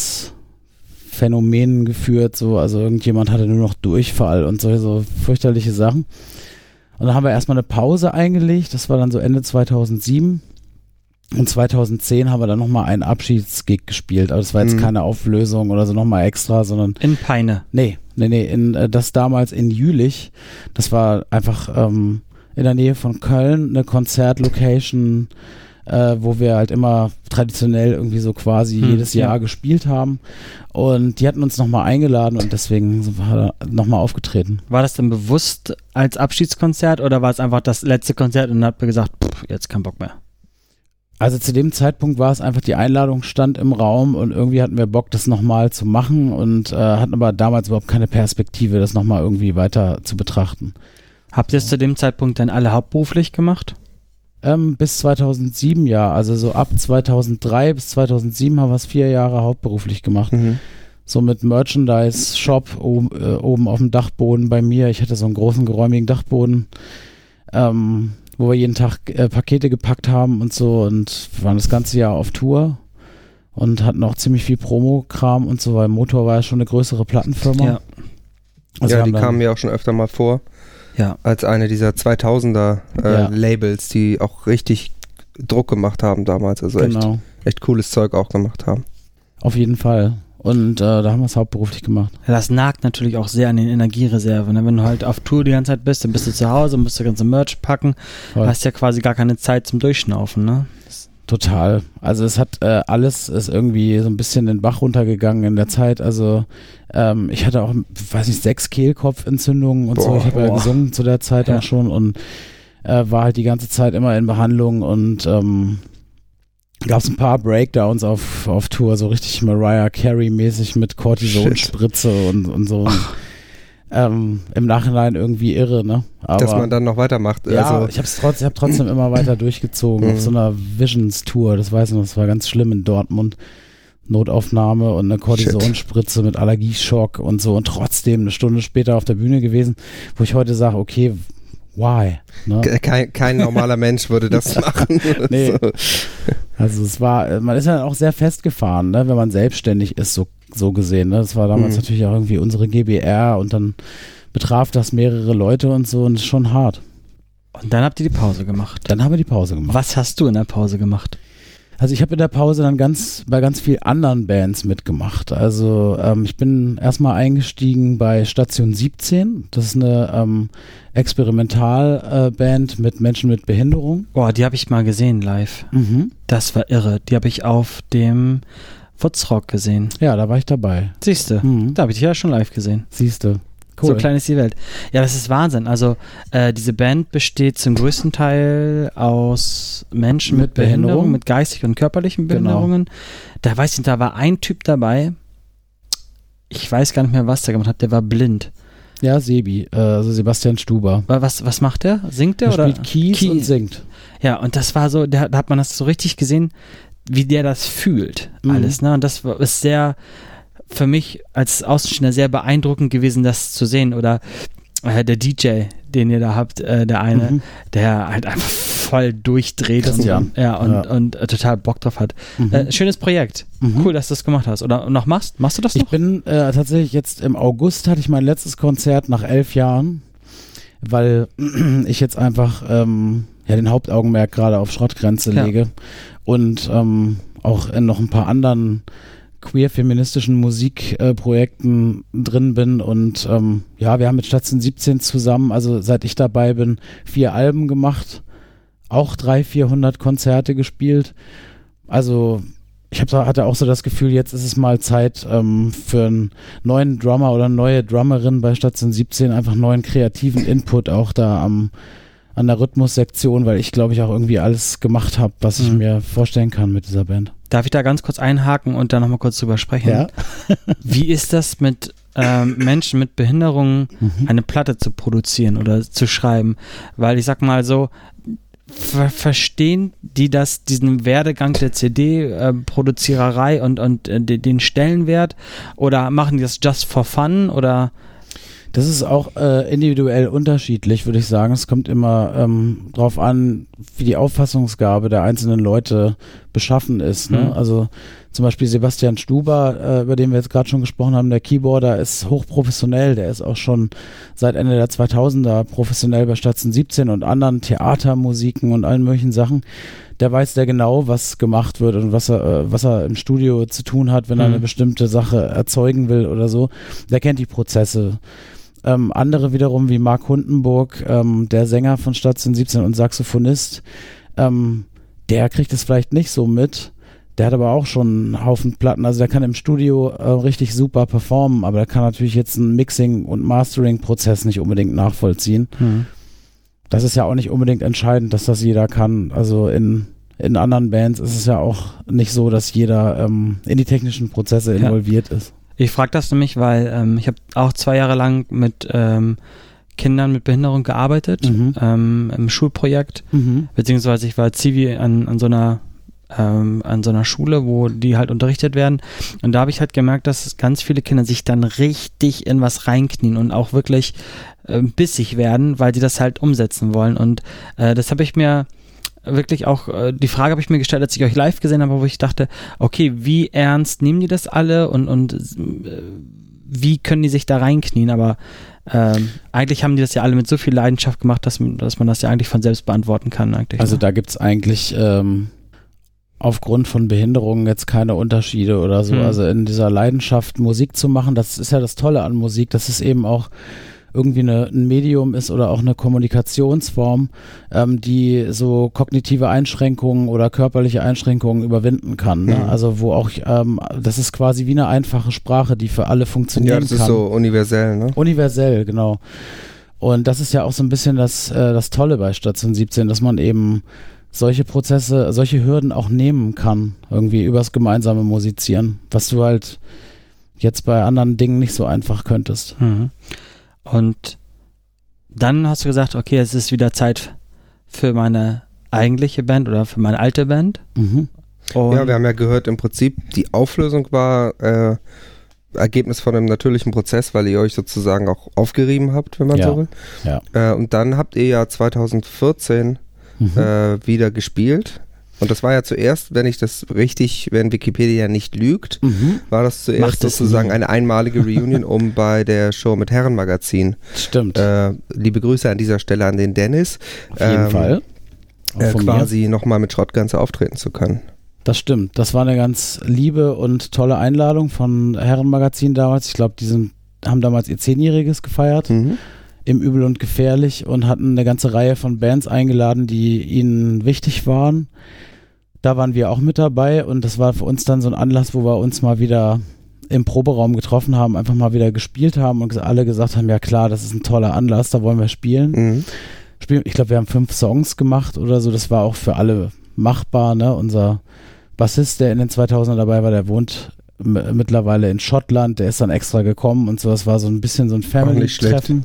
Stressphänomenen geführt, so, also irgendjemand hatte nur noch Durchfall und so, so fürchterliche Sachen. Und dann haben wir erstmal eine Pause eingelegt, das war dann so Ende zweitausendsieben und zweitausendzehn haben wir dann nochmal einen Abschiedsgig gespielt, aber das war jetzt mhm. keine Auflösung oder so nochmal extra, sondern... In Peine? Nee, nee, nee, in, äh, das damals in Jülich, das war einfach... Ähm, in der Nähe von Köln, eine Konzertlocation, äh, wo wir halt immer traditionell irgendwie so quasi hm, jedes Jahr ja. gespielt haben. Und die hatten uns nochmal eingeladen und deswegen sind wir nochmal aufgetreten. War das denn bewusst als Abschiedskonzert oder war es einfach das letzte Konzert und dann habt ihr gesagt, pff, jetzt kein Bock mehr? Also zu dem Zeitpunkt war es einfach, die Einladung stand im Raum und irgendwie hatten wir Bock, das nochmal zu machen und äh, hatten aber damals überhaupt keine Perspektive, das nochmal irgendwie weiter zu betrachten. Habt ihr es zu dem Zeitpunkt dann alle hauptberuflich gemacht? Ähm, bis zweitausendsieben, ja. Also so ab zweitausenddrei bis zweitausendsieben haben wir es vier Jahre hauptberuflich gemacht. Mhm. So mit Merchandise, Shop oben, äh, oben auf dem Dachboden bei mir. Ich hatte so einen großen, geräumigen Dachboden, ähm, wo wir jeden Tag äh, Pakete gepackt haben und so und wir waren das ganze Jahr auf Tour und hatten auch ziemlich viel Promo-Kram und so, weil Motor war ja schon eine größere Plattenfirma. Ja, also ja die kamen mir auch schon öfter mal vor. Ja. Als eine dieser zweitausender äh, ja. Labels, die auch richtig Druck gemacht haben damals. Also genau. echt, echt cooles Zeug auch gemacht haben. Auf jeden Fall. Und äh, da haben wir es hauptberuflich gemacht. Ja, das nagt natürlich auch sehr an den Energiereserven. Ne? Wenn du halt auf Tour die ganze Zeit bist, dann bist du zu Hause und musst das ganze Merch packen. Voll. Hast ja quasi gar keine Zeit zum Durchschnaufen, ne? Total. Also es hat äh, alles ist irgendwie so ein bisschen den Bach runtergegangen in der Zeit. Also ähm, ich hatte auch, weiß nicht, sechs Kehlkopfentzündungen und boah, so. Ich habe ja gesungen zu der Zeit ja. auch schon und äh, war halt die ganze Zeit immer in Behandlung und ähm, gab es ein paar Breakdowns auf, auf Tour, so richtig Mariah Carey-mäßig mit Cortisonspritze und, und so. Ähm, im Nachhinein irgendwie irre, ne? Aber, dass man dann noch weitermacht. Ja, also. ich hab's trotz, ich hab trotzdem immer weiter durchgezogen auf so einer Visions-Tour, das weiß ich noch, das war ganz schlimm in Dortmund. Notaufnahme und eine Cortisonspritze mit Allergieschock und so und trotzdem eine Stunde später auf der Bühne gewesen, wo ich heute sage, okay, why? Ne? Kein, kein normaler Mensch würde das machen. Nee. So. Also es war, man ist ja auch sehr festgefahren, ne, wenn man selbstständig ist, so so gesehen. Ne? Das war damals mhm. natürlich auch irgendwie unsere G B R und dann betraf das mehrere Leute und so und es ist schon hart. Und dann habt ihr die Pause gemacht. Dann haben wir die Pause gemacht. Was hast du in der Pause gemacht? Also ich habe in der Pause dann ganz bei ganz vielen anderen Bands mitgemacht. Also ähm, ich bin erstmal eingestiegen bei Station siebzehn. Das ist eine ähm, Experimentalband äh, mit Menschen mit Behinderung. Boah, die habe ich mal gesehen live. Mhm. Das war irre. Die habe ich auf dem Futzrock gesehen. Ja, da war ich dabei. Siehste, mhm. da habe ich dich ja schon live gesehen. Siehste. Cool. So klein ist die Welt. Ja, das ist Wahnsinn. Also äh, diese Band besteht zum größten Teil aus Menschen mit, mit Behinderung, Behinderung, mit geistig und körperlichen Behinderungen. Genau. Da weiß ich, da war ein Typ dabei, ich weiß gar nicht mehr, was der gemacht hat, der war blind. Ja, Sebi, äh, also Sebastian Stuber. Was, was macht der? Singt der? Er oder? spielt Keys Key. Und singt. Ja, und das war so, da, da hat man das so richtig gesehen, wie der das fühlt, mhm. alles. Ne? Und das war, ist sehr für mich als Außenstehender sehr beeindruckend gewesen, das zu sehen. Oder äh, der D J, den ihr da habt, äh, der eine, mhm. der halt einfach voll durchdreht und, ja. Ja, und, ja. und äh, total Bock drauf hat. Mhm. Äh, schönes Projekt. Mhm. Cool, dass du das gemacht hast. Oder noch machst? Machst du das noch? Ich bin äh, tatsächlich jetzt im August hatte ich mein letztes Konzert nach elf Jahren, weil ich jetzt einfach ähm, ja, den Hauptaugenmerk gerade auf Schrottgrenze ja. lege und ähm, auch in noch ein paar anderen queer-feministischen Musikprojekten äh, drin bin und ähm, ja, wir haben mit Station siebzehn zusammen, also seit ich dabei bin, vier Alben gemacht, auch dreihundert, vierhundert Konzerte gespielt, also ich hab, hatte auch so das Gefühl, jetzt ist es mal Zeit ähm, für einen neuen Drummer oder eine neue Drummerin bei Station siebzehn, einfach neuen kreativen Input auch da am an der Rhythmussektion, weil ich glaube ich auch irgendwie alles gemacht habe, was ich mhm. mir vorstellen kann mit dieser Band. Darf ich da ganz kurz einhaken und da nochmal kurz drüber sprechen? Ja. Wie ist das mit ähm, Menschen mit Behinderungen, Mhm. eine Platte zu produzieren oder zu schreiben? Weil ich sag mal so, ver verstehen die das, diesen Werdegang der C D-Produziererei äh, und, und äh, den Stellenwert, oder machen die das just for fun oder? Das ist auch äh, individuell unterschiedlich, würde ich sagen. Es kommt immer ähm, drauf an, wie die Auffassungsgabe der einzelnen Leute beschaffen ist. Ne? Mhm. Also zum Beispiel Sebastian Stuber, äh, über den wir jetzt gerade schon gesprochen haben, der Keyboarder, ist hochprofessionell. Der ist auch schon seit Ende der zweitausender professionell bei Station siebzehn und anderen Theatermusiken und allen möglichen Sachen. Der weiß sehr genau, was gemacht wird und was er, äh, was er im Studio zu tun hat, wenn er Mhm. eine bestimmte Sache erzeugen will oder so. Der kennt die Prozesse. Ähm, andere wiederum wie Mark Hundenburg, ähm, der Sänger von Station siebzehn und Saxophonist, ähm, der kriegt es vielleicht nicht so mit. Der hat aber auch schon einen Haufen Platten, also der kann im Studio äh, richtig super performen, aber der kann natürlich jetzt einen Mixing- und Mastering-Prozess nicht unbedingt nachvollziehen. Mhm. Das ist ja auch nicht unbedingt entscheidend, dass das jeder kann. Also in, in anderen Bands ist es ja auch nicht so, dass jeder ähm, in die technischen Prozesse involviert ja. ist. Ich frage das nämlich, weil ähm, ich habe auch zwei Jahre lang mit ähm, Kindern mit Behinderung gearbeitet, Mhm. ähm, im Schulprojekt, Mhm. beziehungsweise ich war Zivi an, an so einer ähm, an so einer Schule, wo die halt unterrichtet werden, und da habe ich halt gemerkt, dass ganz viele Kinder sich dann richtig in was reinknien und auch wirklich äh, bissig werden, weil die das halt umsetzen wollen, und äh, das habe ich mir wirklich auch, äh, die Frage habe ich mir gestellt, als ich euch live gesehen habe, wo ich dachte, okay, wie ernst nehmen die das alle und, und äh, wie können die sich da reinknien, aber ähm, eigentlich haben die das ja alle mit so viel Leidenschaft gemacht, dass, dass man das ja eigentlich von selbst beantworten kann eigentlich. Also ne? da gibt es eigentlich ähm, aufgrund von Behinderungen jetzt keine Unterschiede oder so. Hm. Also in dieser Leidenschaft Musik zu machen, das ist ja das Tolle an Musik, dass es eben auch irgendwie eine, ein Medium ist oder auch eine Kommunikationsform, ähm, die so kognitive Einschränkungen oder körperliche Einschränkungen überwinden kann. Ne? Mhm. Also wo auch, ähm, das ist quasi wie eine einfache Sprache, die für alle funktionieren Ja, das kann. ist so universell, ne? Universell, genau. Und das ist ja auch so ein bisschen das, äh, das Tolle bei Station siebzehn, dass man eben solche Prozesse, solche Hürden auch nehmen kann, irgendwie übers gemeinsame Musizieren, was du halt jetzt bei anderen Dingen nicht so einfach könntest. Mhm. Und dann hast du gesagt, okay, es ist wieder Zeit für meine eigentliche Band oder für meine alte Band. Mhm. Und Ja, wir haben ja gehört, im Prinzip die Auflösung war äh, Ergebnis von einem natürlichen Prozess, weil ihr euch sozusagen auch aufgerieben habt, wenn man Ja, so will. ja. Äh, und dann habt ihr ja zweitausendvierzehn Mhm. äh, wieder gespielt. Und das war ja zuerst, wenn ich das richtig, wenn Wikipedia nicht lügt, Mhm. war das zuerst Macht es sozusagen nie. eine einmalige Reunion, um bei der Show mit Herrenmagazin. Stimmt. Äh, liebe Grüße an dieser Stelle an den Dennis. Auf jeden ähm, Fall. Auch Äh, von mir. quasi nochmal mit Schrottganze auftreten zu können. Das stimmt. Das war eine ganz liebe und tolle Einladung von Herrenmagazin damals. Ich glaube, die sind, haben damals ihr Zehnjähriges gefeiert. Mhm. Im Übel und Gefährlich, und hatten eine ganze Reihe von Bands eingeladen, die ihnen wichtig waren. Da waren wir auch mit dabei, und das war für uns dann so ein Anlass, wo wir uns mal wieder im Proberaum getroffen haben, einfach mal wieder gespielt haben und alle gesagt haben, ja klar, das ist ein toller Anlass, da wollen wir spielen. Mhm. Spiel- Ich glaube, wir haben fünf Songs gemacht oder so, das war auch für alle machbar, ne? Unser Bassist, der in den zweitausender dabei war, der wohnt m- mittlerweile in Schottland, der ist dann extra gekommen und so, das war so ein bisschen so ein nicht schlecht. Family-Treffen.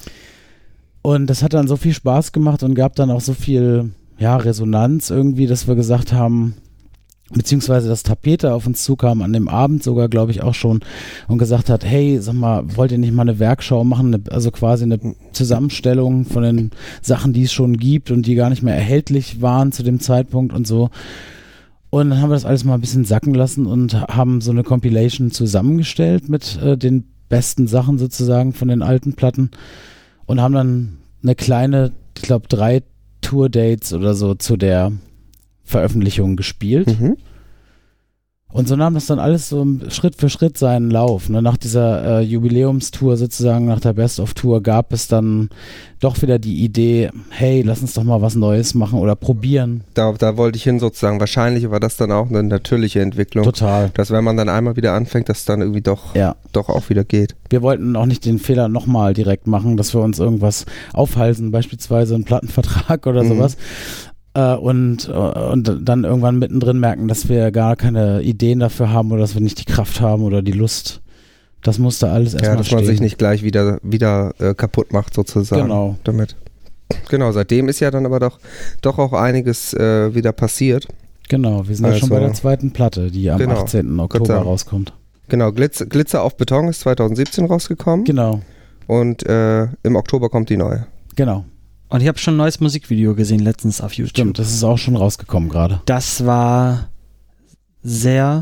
Und das hat dann so viel Spaß gemacht und gab dann auch so viel, ja, Resonanz irgendwie, dass wir gesagt haben, beziehungsweise dass Tapete auf uns zukam, an dem Abend sogar, glaube ich, auch schon, und gesagt hat, hey, sag mal, wollt ihr nicht mal eine Werkschau machen, eine, also quasi eine Zusammenstellung von den Sachen, die es schon gibt und die gar nicht mehr erhältlich waren zu dem Zeitpunkt und so. Und dann haben wir das alles mal ein bisschen sacken lassen und haben so eine Compilation zusammengestellt mit äh, den besten Sachen sozusagen von den alten Platten und haben dann eine kleine, ich glaube, drei Tour-Dates oder so zu der Veröffentlichung gespielt. Mhm. Und so nahm das dann alles so Schritt für Schritt seinen Lauf. Ne? Nach dieser äh, Jubiläumstour sozusagen, nach der Best-of-Tour gab es dann doch wieder die Idee, hey, lass uns doch mal was Neues machen oder probieren. Da, da wollte ich hin sozusagen. Wahrscheinlich war das dann auch eine natürliche Entwicklung. Total. Dass wenn man dann einmal wieder anfängt, dass es dann irgendwie doch, ja. doch auch wieder geht. Wir wollten auch nicht den Fehler nochmal direkt machen, dass wir uns irgendwas aufhalsen, beispielsweise einen Plattenvertrag oder Mhm. sowas. Und, und dann irgendwann mittendrin merken, dass wir gar keine Ideen dafür haben oder dass wir nicht die Kraft haben oder die Lust. Das musste alles erstmal Ja, dass stehen. man sich nicht gleich wieder, wieder äh, kaputt macht sozusagen. Genau. Damit. Genau, seitdem ist ja dann aber doch, doch auch einiges äh, wieder passiert. Genau, wir sind also, ja schon bei der zweiten Platte, die am genau, achtzehnten Oktober rauskommt. Genau, Glitzer, Glitzer auf Beton ist zweitausendsiebzehn rausgekommen. Genau. Und äh, im Oktober kommt die neue. Genau. Und ich habe schon ein neues Musikvideo gesehen letztens auf YouTube. Stimmt, das ist auch schon rausgekommen gerade. Das war sehr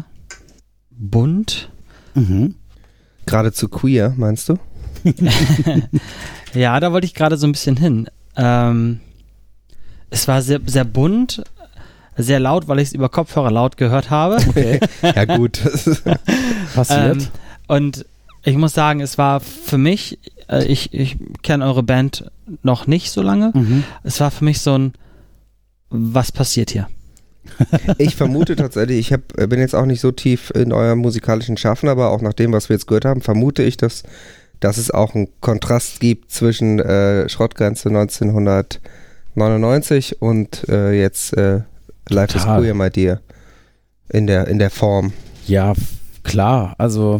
bunt. Mhm. Geradezu queer, meinst du? Ja, da wollte ich gerade so ein bisschen hin. Ähm, es war sehr, sehr bunt, sehr laut, weil ich es über Kopfhörer laut gehört habe. Okay. Ja gut. Passiert. Ähm, und ich muss sagen, es war für mich, äh, ich, ich kenne eure Band noch nicht so lange, Mhm. es war für mich so ein, was passiert hier? Ich vermute tatsächlich, ich hab, bin jetzt auch nicht so tief in eurem musikalischen Schaffen, aber auch nach dem, was wir jetzt gehört haben, vermute ich, dass, dass es auch einen Kontrast gibt zwischen äh, Schrottgrenze neunzehnhundertneunundneunzig und äh, jetzt äh, Life is Total. Queer, my dear. In der, in der Form. Ja, f- klar. Also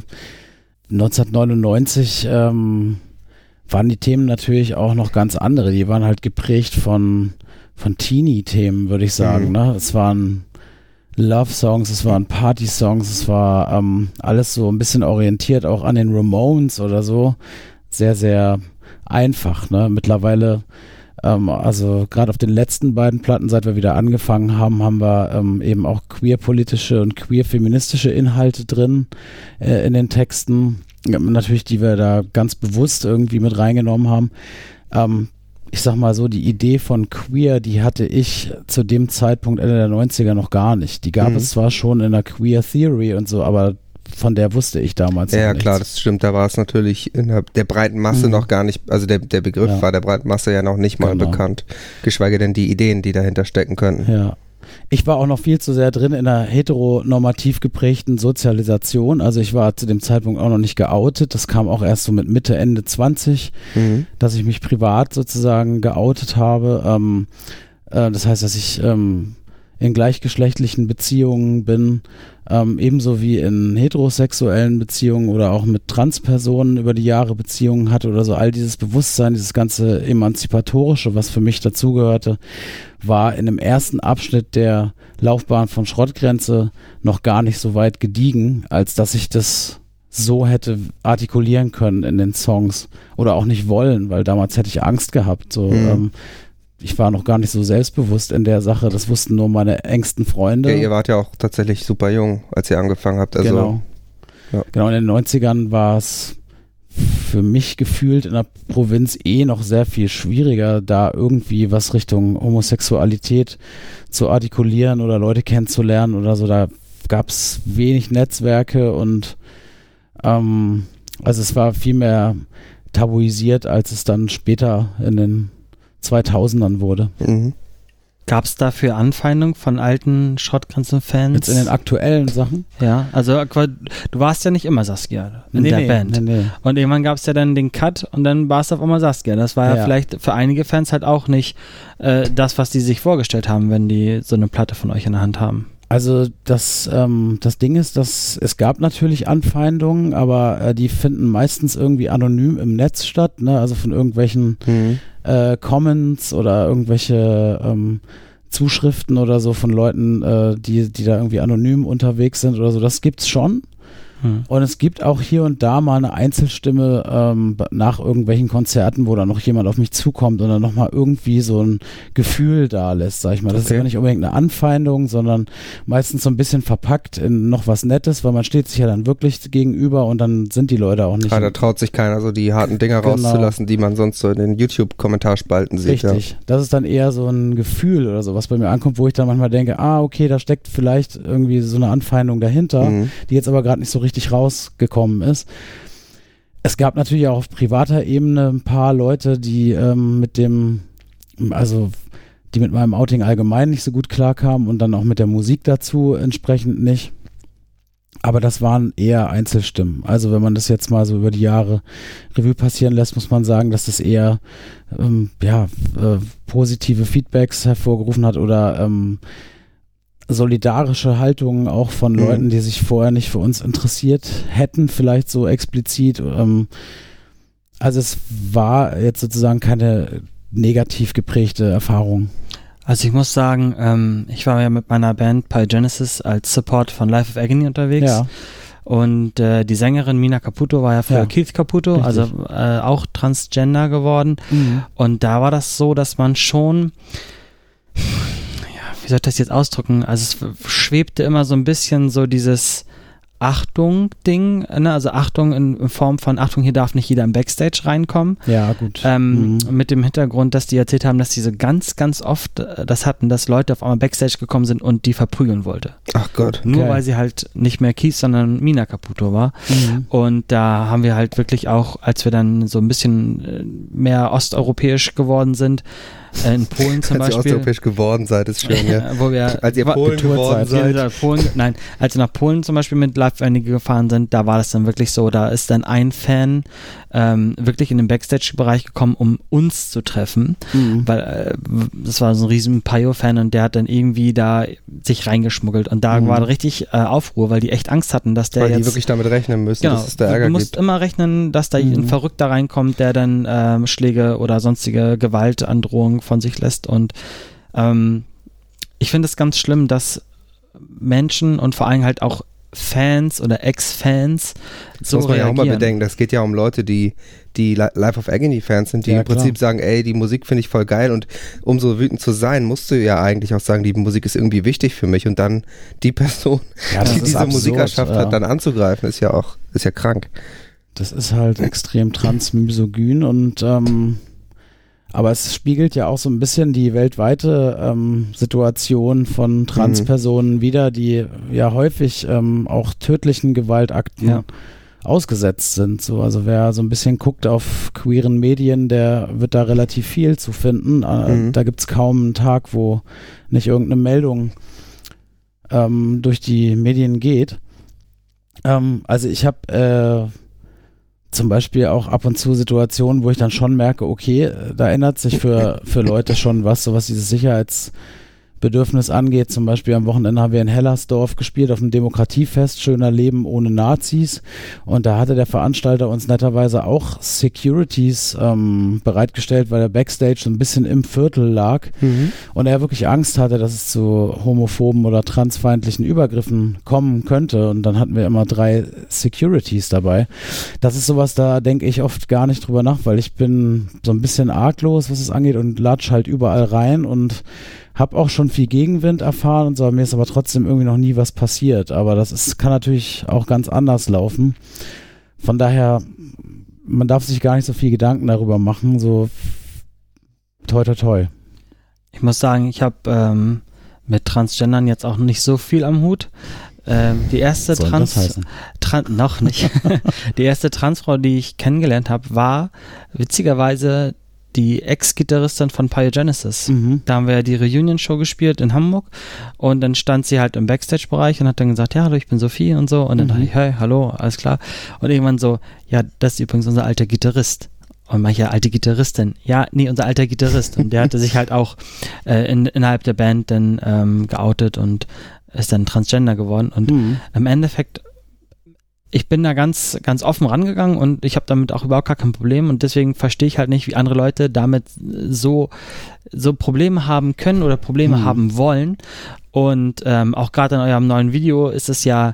neunzehnhundertneunundneunzig ähm, waren die Themen natürlich auch noch ganz andere. Die waren halt geprägt von, von Teenie-Themen, würde ich sagen. Mhm. Ne? Es waren Love-Songs, es waren Party-Songs, es war ähm, alles so ein bisschen orientiert auch an den Ramones oder so. Sehr, sehr einfach. Ne? Mittlerweile, ähm, also gerade auf den letzten beiden Platten, seit wir wieder angefangen haben, haben wir ähm, eben auch queer-politische und queer-feministische Inhalte drin äh, in den Texten. Ja, natürlich, die wir da ganz bewusst irgendwie mit reingenommen haben. Ähm, ich sag mal so, die Idee von queer, die hatte ich zu dem Zeitpunkt Ende der neunziger noch gar nicht. Die gab Mhm. es zwar schon in der Queer Theory und so, aber von der wusste ich damals Ja, noch ja nichts. klar, das stimmt. Da war es natürlich in der, der breiten Masse Mhm. noch gar nicht, also der, der Begriff Ja. war der breiten Masse ja noch nicht mal Genau. bekannt. Geschweige denn die Ideen, die dahinter stecken könnten. Ja. Ich war auch noch viel zu sehr drin in einer heteronormativ geprägten Sozialisation. Also ich war zu dem Zeitpunkt auch noch nicht geoutet. Das kam auch erst so mit Mitte, Ende zwanzig, Mhm. dass ich mich privat sozusagen geoutet habe. Ähm, äh, das heißt, dass ich ähm, in gleichgeschlechtlichen Beziehungen bin, ähm, ebenso wie in heterosexuellen Beziehungen oder auch mit Transpersonen über die Jahre Beziehungen hatte oder so. All dieses Bewusstsein, dieses ganze Emanzipatorische, was für mich dazugehörte, war in dem ersten Abschnitt der Laufbahn von Schrottgrenze noch gar nicht so weit gediegen, als dass ich das so hätte artikulieren können in den Songs oder auch nicht wollen, weil damals hätte ich Angst gehabt. So, Mhm. ähm, ich war noch gar nicht so selbstbewusst in der Sache, das wussten nur meine engsten Freunde. Ja, ihr wart ja auch tatsächlich super jung, als ihr angefangen habt. Also, genau. ja. Genau, in den neunzigern war es für mich gefühlt in der Provinz eh noch sehr viel schwieriger, da irgendwie was Richtung Homosexualität zu artikulieren oder Leute kennenzulernen oder so. Da gab es wenig Netzwerke und ähm, also es war viel mehr tabuisiert, als es dann später in den zweitausendern wurde. Mhm. Gab es dafür Anfeindung von alten Schrottgrenzen-Fans? Jetzt in den aktuellen Sachen? Ja, also du warst ja nicht immer Saskia in Nee, der nee, Band. nee, nee. Und irgendwann gab es ja dann den Cut und dann war es auf einmal Saskia. Das war ja, Ja. vielleicht für einige Fans halt auch nicht äh, das, was die sich vorgestellt haben, wenn die so eine Platte von euch in der Hand haben. Also das, ähm, das Ding ist, dass es gab natürlich Anfeindungen, aber äh, die finden meistens irgendwie anonym im Netz statt, ne? Also von irgendwelchen Mhm. äh, Comments oder irgendwelche ähm, Zuschriften oder so von Leuten, äh, die, die da irgendwie anonym unterwegs sind oder so. Das gibt's schon. Hm. Und es gibt auch hier und da mal eine Einzelstimme ähm, nach irgendwelchen Konzerten, wo dann noch jemand auf mich zukommt und dann nochmal irgendwie so ein Gefühl da lässt, sag ich mal. Das okay. ist aber nicht unbedingt eine Anfeindung, sondern meistens so ein bisschen verpackt in noch was Nettes, weil man steht sich ja dann wirklich gegenüber und dann sind die Leute auch nicht. Ja, da traut sich keiner, so die harten Dinger genau. rauszulassen, die man sonst so in den YouTube-Kommentarspalten sieht. Richtig. Ja. Das ist dann eher so ein Gefühl oder so, was bei mir ankommt, wo ich dann manchmal denke, ah, okay, da steckt vielleicht irgendwie so eine Anfeindung dahinter, mhm. die jetzt aber gerade nicht so richtig rausgekommen ist. Es gab natürlich auch auf privater Ebene ein paar Leute, die ähm, mit dem, also die mit meinem Outing allgemein nicht so gut klarkamen und dann auch mit der Musik dazu entsprechend nicht. Aber das waren eher Einzelstimmen. Also wenn man das jetzt mal so über die Jahre Revue passieren lässt, muss man sagen, dass das eher ähm, ja, äh, positive Feedbacks hervorgerufen hat oder ähm, solidarische Haltungen auch von mhm. Leuten, die sich vorher nicht für uns interessiert hätten, vielleicht so explizit. Ähm, also es war jetzt sozusagen keine negativ geprägte Erfahrung. Also ich muss sagen, ähm, ich war ja mit meiner Band Pyogenesis als Support von Life of Agony unterwegs. Ja. Und äh, die Sängerin Mina Caputo war ja früher ja. Keith Caputo, richtig. Also äh, auch Transgender geworden. Mhm. Und da war das so, dass man schon... Wie soll ich das jetzt ausdrücken? Also es schwebte immer so ein bisschen so dieses Achtung-Ding, ne? Also Achtung in, in Form von Achtung, hier darf nicht jeder im Backstage reinkommen. Ja, gut. Ähm, mhm. Mit dem Hintergrund, dass die erzählt haben, dass die so ganz, ganz oft äh, das hatten, dass Leute auf einmal Backstage gekommen sind und die verprügeln wollte. Ach Gott. Nur okay. weil sie halt nicht mehr Keith, sondern Mina Caputo war. Mhm. Und da haben wir halt wirklich auch, als wir dann so ein bisschen mehr osteuropäisch geworden sind, in Polen zum als Beispiel. Als ihr osteuropäisch geworden seid, ist schön, ja. Wo wir, als ihr Polen geworden seid. seid. Polen, nein, als wir nach Polen zum Beispiel mit Live einige gefahren sind, da war das dann wirklich so, da ist dann ein Fan ähm, wirklich in den Backstage-Bereich gekommen, um uns zu treffen, mhm. weil äh, das war so ein riesen Pio-Fan und der hat dann irgendwie da sich reingeschmuggelt und da mhm. war richtig äh, Aufruhr, weil die echt Angst hatten, dass der weil jetzt... Weil die wirklich damit rechnen müssen, genau, dass es da Ärger gibt. Du musst gibt. immer rechnen, dass da mhm. ein Verrückter reinkommt, der dann ähm, Schläge oder sonstige Gewaltandrohungen von sich lässt und ähm, ich finde es ganz schlimm, dass Menschen und vor allem halt auch Fans oder Ex-Fans so reagieren. Das muss man ja auch mal bedenken, das geht ja um Leute, die die Life of Agony Fans sind, die ja, im Prinzip klar. sagen, ey, die Musik finde ich voll geil und um so wütend zu sein, musst du ja eigentlich auch sagen, die Musik ist irgendwie wichtig für mich und dann die Person, ja, die diese absurd, Musik erschafft ja. hat, dann anzugreifen, ist ja auch, ist ja krank. Das ist halt extrem transmisogyn und ähm, aber es spiegelt ja auch so ein bisschen die weltweite ähm, Situation von Transpersonen mhm. wider, die ja häufig ähm, auch tödlichen Gewaltakten ja. ausgesetzt sind. So, also wer so ein bisschen guckt auf queeren Medien, der wird da relativ viel zu finden. Äh, mhm. Da gibt es kaum einen Tag, wo nicht irgendeine Meldung ähm, durch die Medien geht. Ähm, also ich habe äh, zum Beispiel auch ab und zu Situationen, wo ich dann schon merke, okay, da ändert sich für, für Leute schon was, so was dieses Sicherheitsbedürfnis angeht. Zum Beispiel am Wochenende haben wir in Hellersdorf gespielt auf dem Demokratiefest, Schöner Leben ohne Nazis. Und da hatte der Veranstalter uns netterweise auch Securities ähm, bereitgestellt, weil der Backstage so ein bisschen im Viertel lag. Mhm. Und er wirklich Angst hatte, dass es zu homophoben oder transfeindlichen Übergriffen kommen könnte. Und dann hatten wir immer drei Securities dabei. Das ist sowas, da denke ich oft gar nicht drüber nach, weil ich bin so ein bisschen arglos, was es angeht und latsch halt überall rein und habe auch schon viel Gegenwind erfahren und so, mir ist aber trotzdem irgendwie noch nie was passiert. Aber das ist, kann natürlich auch ganz anders laufen. Von daher, man darf sich gar nicht so viel Gedanken darüber machen, so toi toi toi. Ich muss sagen, ich habe ähm, mit Transgendern jetzt auch nicht so viel am Hut. Ähm, die erste Soll Trans, das heißen? Trans noch nicht. Die erste Transfrau, die ich kennengelernt habe, war witzigerweise die Ex-Gitarristin von Pyogenesis. Mhm. Da haben wir ja die Reunion-Show gespielt in Hamburg und dann stand sie halt im Backstage-Bereich und hat dann gesagt, ja, hallo, ich bin Sophie und so und dann mhm. dachte ich, hey, hallo, alles klar. Und irgendwann so, ja, das ist übrigens unser alter Gitarrist. Und manche alte Gitarristin. Ja, nee, unser alter Gitarrist. Und der hatte sich halt auch äh, in, innerhalb der Band dann ähm, geoutet und ist dann Transgender geworden. Und mhm. im Endeffekt, ich bin da ganz, ganz offen rangegangen und ich habe damit auch überhaupt gar kein Problem und deswegen verstehe ich halt nicht, wie andere Leute damit so, so Probleme haben können oder Probleme mhm. haben wollen. Und ähm, auch gerade in eurem neuen Video ist es ja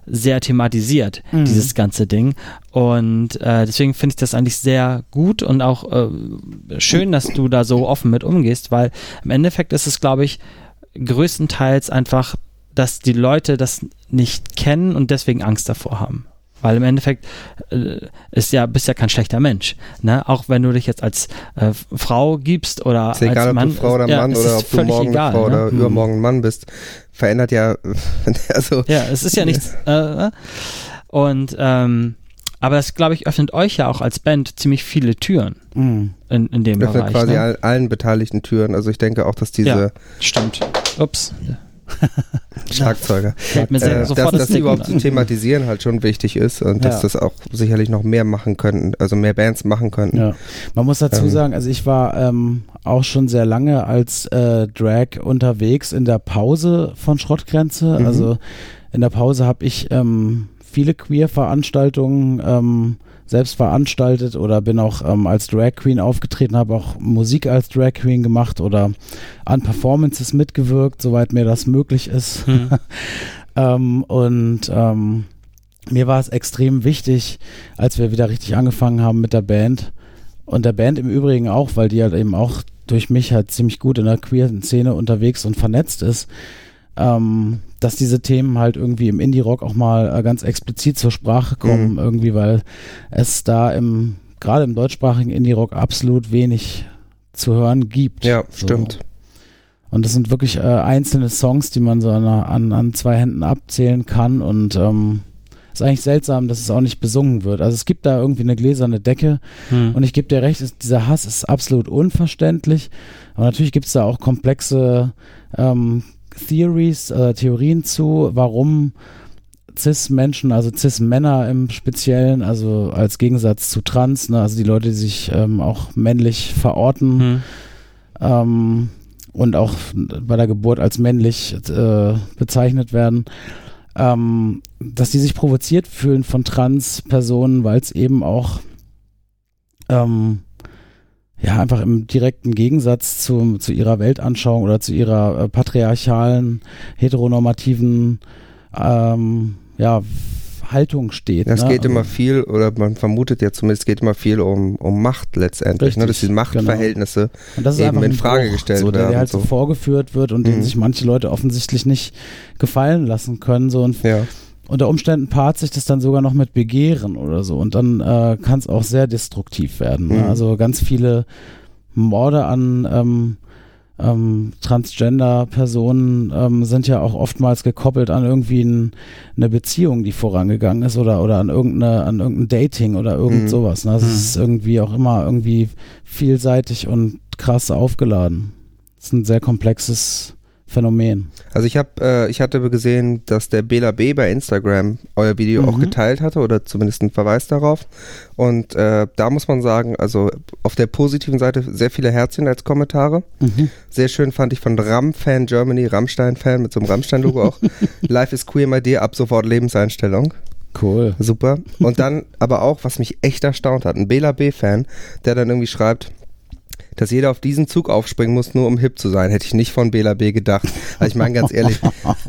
sehr thematisiert, mhm. dieses ganze Ding. Und äh, deswegen finde ich das eigentlich sehr gut und auch äh, schön, dass du da so offen mit umgehst, weil im Endeffekt ist es, glaube ich, größtenteils einfach, dass die Leute das nicht kennen und deswegen Angst davor haben. Weil im Endeffekt äh, ist ja, bist ja kein schlechter Mensch. Ne? Auch wenn du dich jetzt als äh, Frau gibst oder ist egal, als Mann. ob du Frau oder ja, Mann oder ob du morgen egal, eine Frau ne? oder hm. übermorgen ein Mann bist, verändert ja, also. Ja, es ist ja nichts. Äh, und, ähm, aber das, glaube ich, öffnet euch ja auch als Band ziemlich viele Türen Mhm. in, in dem öffnet Bereich. quasi Ne? all, allen beteiligten Türen. Also ich denke auch, dass diese Ja, stimmt. Ups. Schlagzeuger, Fällt mir sehr äh, sofort dass das das überhaupt Ticken zu thematisieren halt schon wichtig ist und Ja. dass das auch sicherlich noch mehr machen könnten, also mehr Bands machen könnten. Ja, man muss dazu Ähm. sagen, also ich war ähm, auch schon sehr lange als äh, Drag unterwegs in der Pause von Schrottgrenze. Mhm. Also in der Pause habe ich ähm, viele Queer-Veranstaltungen ähm, selbst veranstaltet oder bin auch ähm, als Drag Queen aufgetreten, habe auch Musik als Drag Queen gemacht oder an Performances mitgewirkt, soweit mir das möglich ist. Hm. ähm, und ähm, mir war es extrem wichtig, als wir wieder richtig angefangen haben mit der Band und der Band im Übrigen auch, weil die halt eben auch durch mich halt ziemlich gut in der queeren Szene unterwegs und vernetzt ist, ähm, dass diese Themen halt irgendwie im Indie-Rock auch mal äh, ganz explizit zur Sprache kommen, Mhm. irgendwie, weil es da im, gerade im deutschsprachigen Indie-Rock absolut wenig zu hören gibt. Ja, So. stimmt. Und das sind wirklich äh, einzelne Songs, die man so an, an, an zwei Händen abzählen kann und ähm, ist eigentlich seltsam, dass es auch nicht besungen wird. Also es gibt da irgendwie eine gläserne Decke Hm. und ich gebe dir recht, ist, dieser Hass ist absolut unverständlich. Aber natürlich gibt es da auch komplexe ähm, Theories, äh, Theorien zu, warum Cis-Menschen, also Cis-Männer im Speziellen, also als Gegensatz zu Trans, ne, also die Leute, die sich ähm, auch männlich verorten, Hm. ähm, und auch bei der Geburt als männlich äh, bezeichnet werden, ähm, dass die sich provoziert fühlen von Trans-Personen, weil es eben auch ähm, ja einfach im direkten Gegensatz zu, zu ihrer Weltanschauung oder zu ihrer äh, patriarchalen, heteronormativen ähm, ja, Haltung steht. Ja, es ne? geht Also- immer viel, oder man vermutet ja zumindest, es geht immer viel um, um Macht letztendlich, ne? Richtig, dass die Machtverhältnisse Und das ist eben einfach in ein Frage Bruch, gestellt so, der, werden, der halt so so. vorgeführt wird und Mhm. den sich manche Leute offensichtlich nicht gefallen lassen können. So, und ja. unter Umständen paart sich das dann sogar noch mit Begehren oder so. Und dann äh, kann es auch sehr destruktiv werden. Ne? Mhm. Also ganz viele Morde an ähm, ähm, Transgender-Personen ähm, sind ja auch oftmals gekoppelt an irgendwie ein, eine Beziehung, die vorangegangen ist oder, oder an, irgendeine, an irgendein Dating oder irgend Mhm. sowas. Ne? Also Mhm. es ist irgendwie auch immer irgendwie vielseitig und krass aufgeladen. Das ist ein sehr komplexes Phänomen. Also ich habe, äh, ich hatte gesehen, dass der Bela B bei Instagram euer Video auch Mhm. geteilt hatte oder zumindest einen Verweis darauf. Und äh, da muss man sagen, also auf der positiven Seite sehr viele Herzchen als Kommentare. Mhm. Sehr schön fand ich von Ram-Fan Germany, Rammstein-Fan mit so einem Rammstein-Logo auch. Life is queer, my dear, ab sofort Lebenseinstellung. Cool. Super. Und dann aber auch, was mich echt erstaunt hat, ein Bela B-Fan, der dann irgendwie schreibt, dass jeder auf diesen Zug aufspringen muss, nur um hip zu sein. Hätte ich nicht von Bela B gedacht. Also ich meine ganz ehrlich,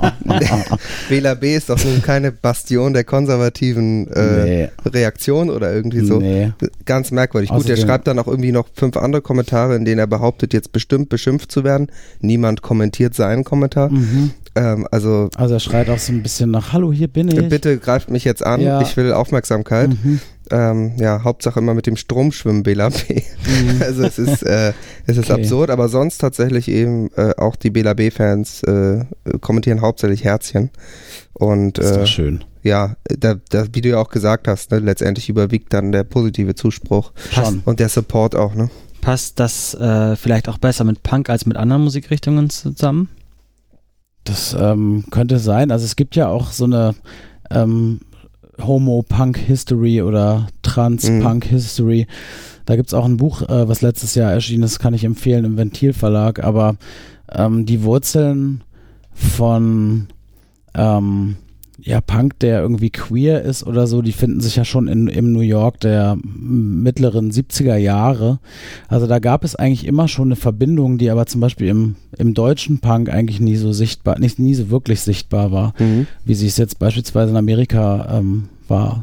Bela B ist doch nun keine Bastion der konservativen äh, Nee. Reaktion oder irgendwie so. Nee. Ganz merkwürdig. Gut, der Außerdem- schreibt dann auch irgendwie noch fünf andere Kommentare, in denen er behauptet, jetzt bestimmt beschimpft zu werden. Niemand kommentiert seinen Kommentar. Mhm. Ähm, also Also er schreit auch so ein bisschen nach, hallo, hier bin ich. bitte greift mich jetzt an, Ja. ich will Aufmerksamkeit. Mhm. Ähm, ja, Hauptsache immer mit dem Strom schwimmen, Bela B. Also es ist, äh, es ist Okay. absurd, aber sonst tatsächlich eben äh, auch die Bela B-Fans äh, kommentieren hauptsächlich Herzchen. Und Das ist äh, doch schön. ja, da, da, wie du ja auch gesagt hast, ne, letztendlich überwiegt dann der positive Zuspruch Schon. und der Support auch, ne? Passt das äh, vielleicht auch besser mit Punk als mit anderen Musikrichtungen zusammen? Das ähm, könnte sein. Also es gibt ja auch so eine ähm, Homo-Punk-History oder Trans-Punk-History. Da gibt es auch ein Buch, äh, was letztes Jahr erschienen ist, kann ich empfehlen, im Ventil-Verlag. Aber ähm, die Wurzeln von ähm, ja, Punk, der irgendwie queer ist oder so, die finden sich ja schon in, im New York der mittleren siebziger Jahre. Also da gab es eigentlich immer schon eine Verbindung, die aber zum Beispiel im, im deutschen Punk eigentlich nie so sichtbar, nicht nie so wirklich sichtbar war, mhm. wie sie es jetzt beispielsweise in Amerika ähm, war.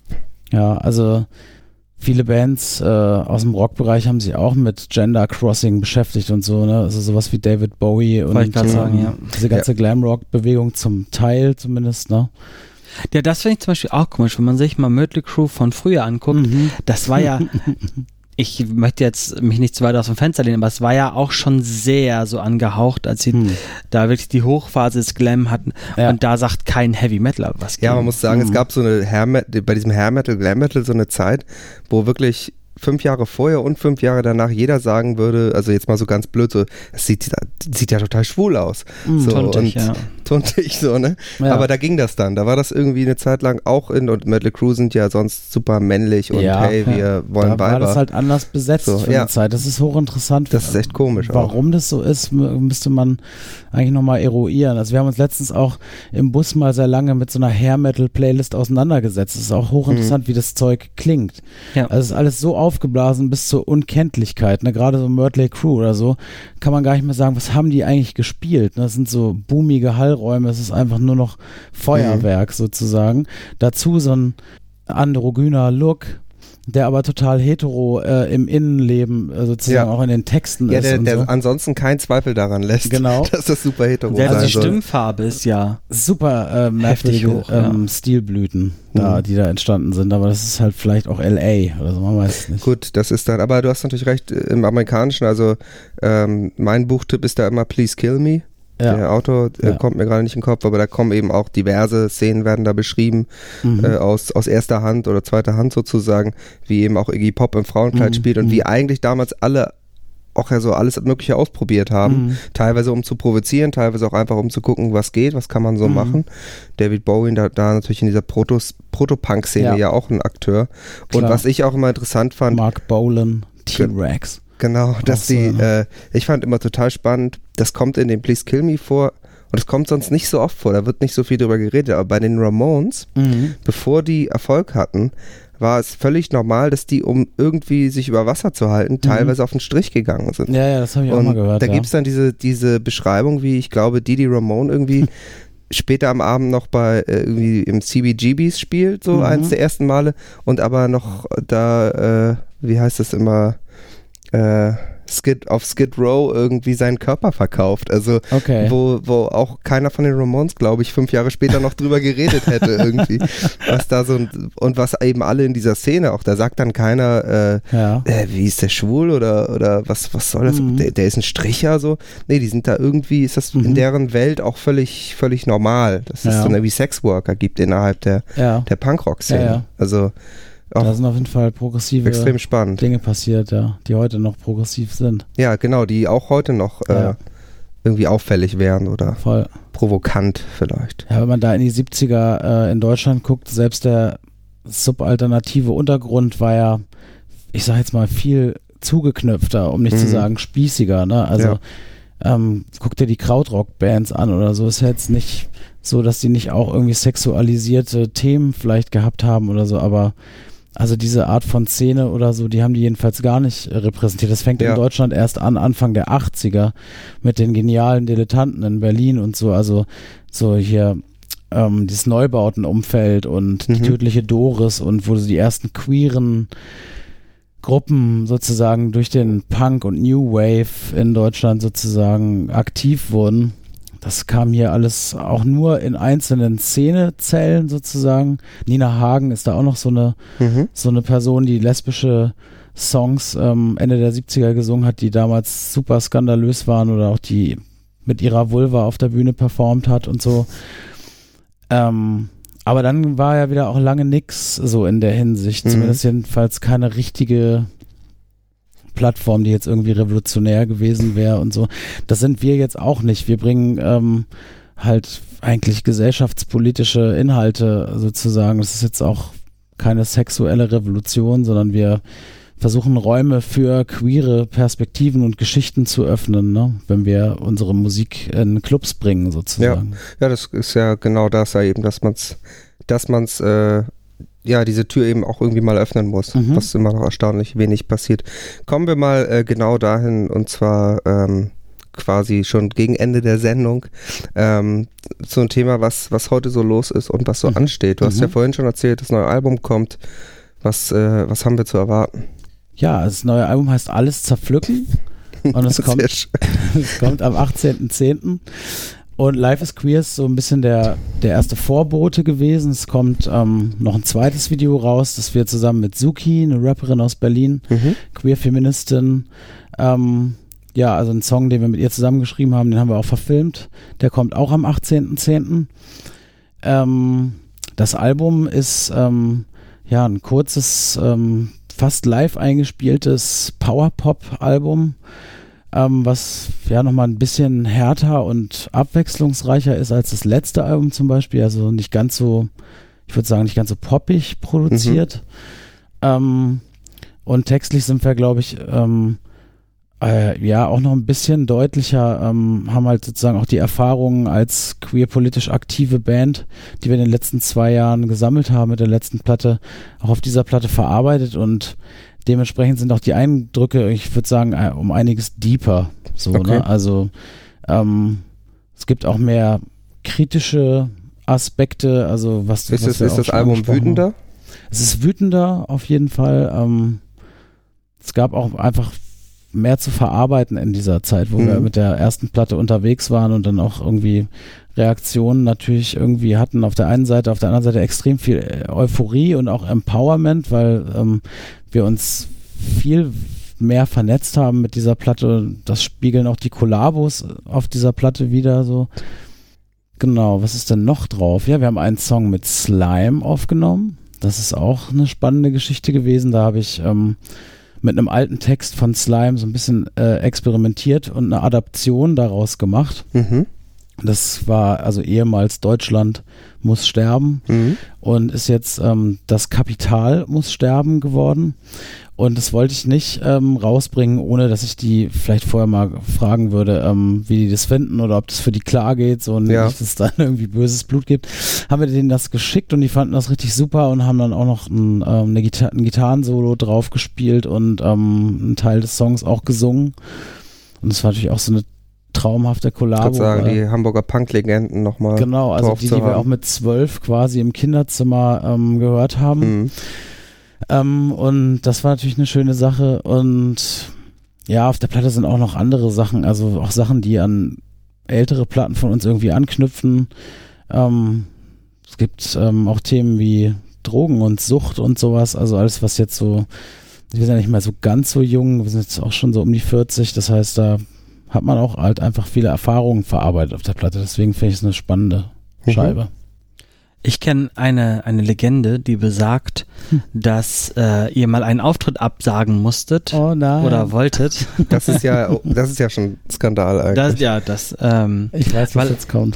Ja, also viele Bands äh, aus dem Rockbereich haben sich auch mit Gender Crossing beschäftigt und so, ne? Also sowas wie David Bowie und ich ähm, sagen, ja. diese ganze ja. Glamrock-Bewegung zum Teil zumindest, ne? Ja, das finde ich zum Beispiel auch komisch, wenn man sich mal Mötley Crüe von früher anguckt. Mhm. Das war ja, ich möchte jetzt mich nicht zu weit aus dem Fenster lehnen, aber es war ja auch schon sehr so angehaucht, als sie mhm. da wirklich die Hochphase des Glam hatten. Ja. Und da sagt kein Heavy Metal was. Ja, man muss sagen, mhm. es gab so eine Hair Metal, bei diesem Hair Metal, Glam Metal so eine Zeit, wo wirklich fünf Jahre vorher und fünf Jahre danach jeder sagen würde, also jetzt mal so ganz blöd, so, das sieht, sieht ja total schwul aus. Mm, so, tuntig, und ja. Tuntig, so, ne? Ja. Aber da ging das dann. Da war das irgendwie eine Zeit lang auch in, und Mötley Crüe sind ja sonst super männlich und ja, hey, wir ja. wollen da Weiber. war das halt anders besetzt so, für ja. eine Zeit. Das ist hochinteressant. Das ist echt komisch. Warum auch. das so ist, müsste man eigentlich nochmal eruieren. Also wir haben uns letztens auch im Bus mal sehr lange mit so einer Hair-Metal-Playlist auseinandergesetzt. Es ist auch hochinteressant, mhm. wie das Zeug klingt. Ja. Also es ist alles so aufgeblasen bis zur Unkenntlichkeit. Ne? Gerade so Mötley Crüe oder so kann man gar nicht mehr sagen, was haben die eigentlich gespielt. Ne? Das sind so boomige Hallräume. Es ist einfach nur noch Feuerwerk mhm. sozusagen. Dazu so ein androgyner Look, der aber total hetero äh, im Innenleben äh, sozusagen ja. auch in den Texten ja, ist. Der, und der so. ansonsten keinen Zweifel daran lässt, genau. dass das super hetero Selbst sein die soll. Stimmfarbe ist ja super äh, heftig merkwürdige hoch, ähm, ja. Stilblüten, da, mhm. die da entstanden sind. Aber das ist halt vielleicht auch L A oder so, man weiß es nicht. Gut, das ist dann, aber du hast natürlich recht, im Amerikanischen, also ähm, mein Buchtipp ist da immer Please Kill Me. Ja. Der Autor äh, ja. kommt mir gerade nicht in den Kopf, aber da kommen eben auch diverse Szenen, werden da beschrieben, mhm. äh, aus, aus erster Hand oder zweiter Hand sozusagen, wie eben auch Iggy Pop im Frauenkleid mhm. spielt und mhm. wie eigentlich damals alle auch ja so alles Mögliche ausprobiert haben, mhm. teilweise um zu provozieren, teilweise auch einfach um zu gucken, was geht, was kann man so mhm. machen. David Bowie, da, da natürlich in dieser Protos, Proto-Punk-Szene ja. ja auch ein Akteur. Klar. Und was ich auch immer interessant fand, Mark Bolan, T-Rex. Genau, dass so, die, ne? äh, ich fand immer total spannend, das kommt in dem Please Kill Me vor und es kommt sonst nicht so oft vor, da wird nicht so viel drüber geredet, aber bei den Ramones, mhm. bevor die Erfolg hatten, war es völlig normal, dass die, um irgendwie sich über Wasser zu halten, mhm. teilweise auf den Strich gegangen sind. Ja, ja, das habe ich und auch mal gehört. Da ja. gibt es dann diese, diese Beschreibung, wie ich glaube, Didi Ramone irgendwie später am Abend noch bei äh, irgendwie im C B G Bs spielt, so mhm. eins der ersten Male und aber noch da, äh, wie heißt das immer, äh, Skid, auf Skid Row irgendwie seinen Körper verkauft. Also okay. wo, wo auch keiner von den Ramones, glaube ich, fünf Jahre später noch drüber geredet hätte irgendwie. Was da so und was eben alle in dieser Szene, auch da sagt dann keiner, äh, ja. äh, wie ist der schwul oder, oder was, was soll das? Mhm. Der, der ist ein Stricher so. Nee, die sind da irgendwie, ist das mhm. in deren Welt auch völlig, völlig normal, dass es ja. so eine wie Sexworker gibt innerhalb der, ja. der Punkrock-Szene. Ja, ja. Also auch da sind auf jeden Fall progressive extrem spannend. Dinge passiert, ja, die heute noch progressiv sind. Ja, genau, die auch heute noch ja. äh, irgendwie auffällig wären oder Voll. provokant vielleicht. Ja, wenn man da in die siebziger äh, in Deutschland guckt, selbst der subalternative Untergrund war ja, ich sag jetzt mal, viel zugeknöpfter, um nicht mhm. zu sagen spießiger, ne? Also ja. ähm, guck dir die Krautrock-Bands an oder so, ist ja jetzt nicht so, dass die nicht auch irgendwie sexualisierte Themen vielleicht gehabt haben oder so, aber also diese Art von Szene oder so, die haben die jedenfalls gar nicht repräsentiert. Das fängt ja. in Deutschland erst an, Anfang der achtziger mit den genialen Dilettanten in Berlin und so, also so hier ähm, dieses Neubautenumfeld und mhm. die tödliche Doris und wo so die ersten queeren Gruppen sozusagen durch den Punk und New Wave in Deutschland sozusagen aktiv wurden. Das kam hier alles auch nur in einzelnen Szenezellen sozusagen. Nina Hagen ist da auch noch so eine, mhm. so eine Person, die lesbische Songs ähm, Ende der siebziger gesungen hat, die damals super skandalös waren oder auch die mit ihrer Vulva auf der Bühne performt hat und so. Ähm, aber dann war ja wieder auch lange nix so in der Hinsicht. Mhm. Zumindest jedenfalls keine richtige Plattform, die jetzt irgendwie revolutionär gewesen wäre und so. Das sind wir jetzt auch nicht. Wir bringen ähm, halt eigentlich gesellschaftspolitische Inhalte sozusagen. Das ist jetzt auch keine sexuelle Revolution, sondern wir versuchen Räume für queere Perspektiven und Geschichten zu öffnen, ne? Wenn wir unsere Musik in Clubs bringen sozusagen. Ja, ja, das ist ja genau das ja eben, dass man's, dass man's, äh, ja, diese Tür eben auch irgendwie mal öffnen muss, mhm. was immer noch erstaunlich wenig passiert. Kommen wir mal äh, genau dahin, und zwar ähm, quasi schon gegen Ende der Sendung, ähm, zu einem Thema, was, was heute so los ist und was so mhm. ansteht. Du hast mhm. ja vorhin schon erzählt, das neue Album kommt. Was, äh, was haben wir zu erwarten? Ja, das neue Album heißt Alles zerpflücken und es kommt, es kommt am achtzehnten zehnten und Life is Queer ist so ein bisschen der, der erste Vorbote gewesen. Es kommt ähm, noch ein zweites Video raus, das wir zusammen mit Suki, eine Rapperin aus Berlin, mhm. Queer-Feministin, ähm, ja, also ein Song, den wir mit ihr zusammengeschrieben haben, den haben wir auch verfilmt. Der kommt auch am achtzehnten zehnten Ähm, das Album ist ähm, ja ein kurzes, ähm, fast live eingespieltes Power-Pop-Album, ähm, was ja nochmal ein bisschen härter und abwechslungsreicher ist als das letzte Album zum Beispiel. Also nicht ganz so, ich würde sagen, nicht ganz so poppig produziert. Mhm. Ähm, und textlich sind wir, glaube ich, ähm, Äh, ja, auch noch ein bisschen deutlicher, ähm, haben halt sozusagen auch die Erfahrungen als queer-politisch aktive Band, die wir in den letzten zwei Jahren gesammelt haben mit der letzten Platte, auch auf dieser Platte verarbeitet, und dementsprechend sind auch die Eindrücke, ich würde sagen, äh, um einiges deeper. So, okay. Ne? Also ähm, es gibt auch mehr kritische Aspekte, also was, ist was das, ist das Album wütender? Haben. Es ist wütender auf jeden Fall. Ähm, es gab auch einfach mehr zu verarbeiten in dieser Zeit, wo mhm. wir mit der ersten Platte unterwegs waren und dann auch irgendwie Reaktionen natürlich irgendwie hatten. Auf der einen Seite, auf der anderen Seite extrem viel Euphorie und auch Empowerment, weil ähm, wir uns viel mehr vernetzt haben mit dieser Platte. Das spiegeln auch die Kollabos auf dieser Platte wieder so. Genau, was ist denn noch drauf? Ja, wir haben einen Song mit Slime aufgenommen. Das ist auch eine spannende Geschichte gewesen. Da habe ich ähm, mit einem alten Text von Slime so ein bisschen äh, experimentiert und eine Adaption daraus gemacht. Mhm. Das war also ehemals Deutschland muss sterben mhm. und ist jetzt ähm, das Kapital muss sterben geworden. Und das wollte ich nicht ähm, rausbringen, ohne dass ich die vielleicht vorher mal fragen würde, ähm, wie die das finden oder ob das für die klar geht, so und ja. nicht, dass es dann irgendwie böses Blut gibt. Haben wir denen das geschickt und die fanden das richtig super und haben dann auch noch ein, ähm, eine Gita- ein Gitarrensolo drauf gespielt und ähm, einen Teil des Songs auch gesungen. Und das war natürlich auch so eine traumhafte Kollabo. Ich würde sagen, die Hamburger Punk-Legenden nochmal. Genau, also die, die wir auch mit zwölf quasi im Kinderzimmer ähm, gehört haben. Mhm. Ähm, und das war natürlich eine schöne Sache. Und ja, auf der Platte sind auch noch andere Sachen, also auch Sachen, die an ältere Platten von uns irgendwie anknüpfen. Ähm, es gibt ähm, auch Themen wie Drogen und Sucht und sowas, also alles, was jetzt so, wir sind ja nicht mehr so ganz so jung, wir sind jetzt auch schon so um die vierzig, das heißt, da hat man auch halt einfach viele Erfahrungen verarbeitet auf der Platte, deswegen finde ich es eine spannende mhm. Scheibe. Ich kenne eine, eine Legende, die besagt, hm. dass äh, ihr mal einen Auftritt absagen musstet oh nein. oder wolltet. Das ist ja, das ist ja schon ein Skandal eigentlich. Das, ja, das. Ähm, ich weiß, was weil, jetzt kommt.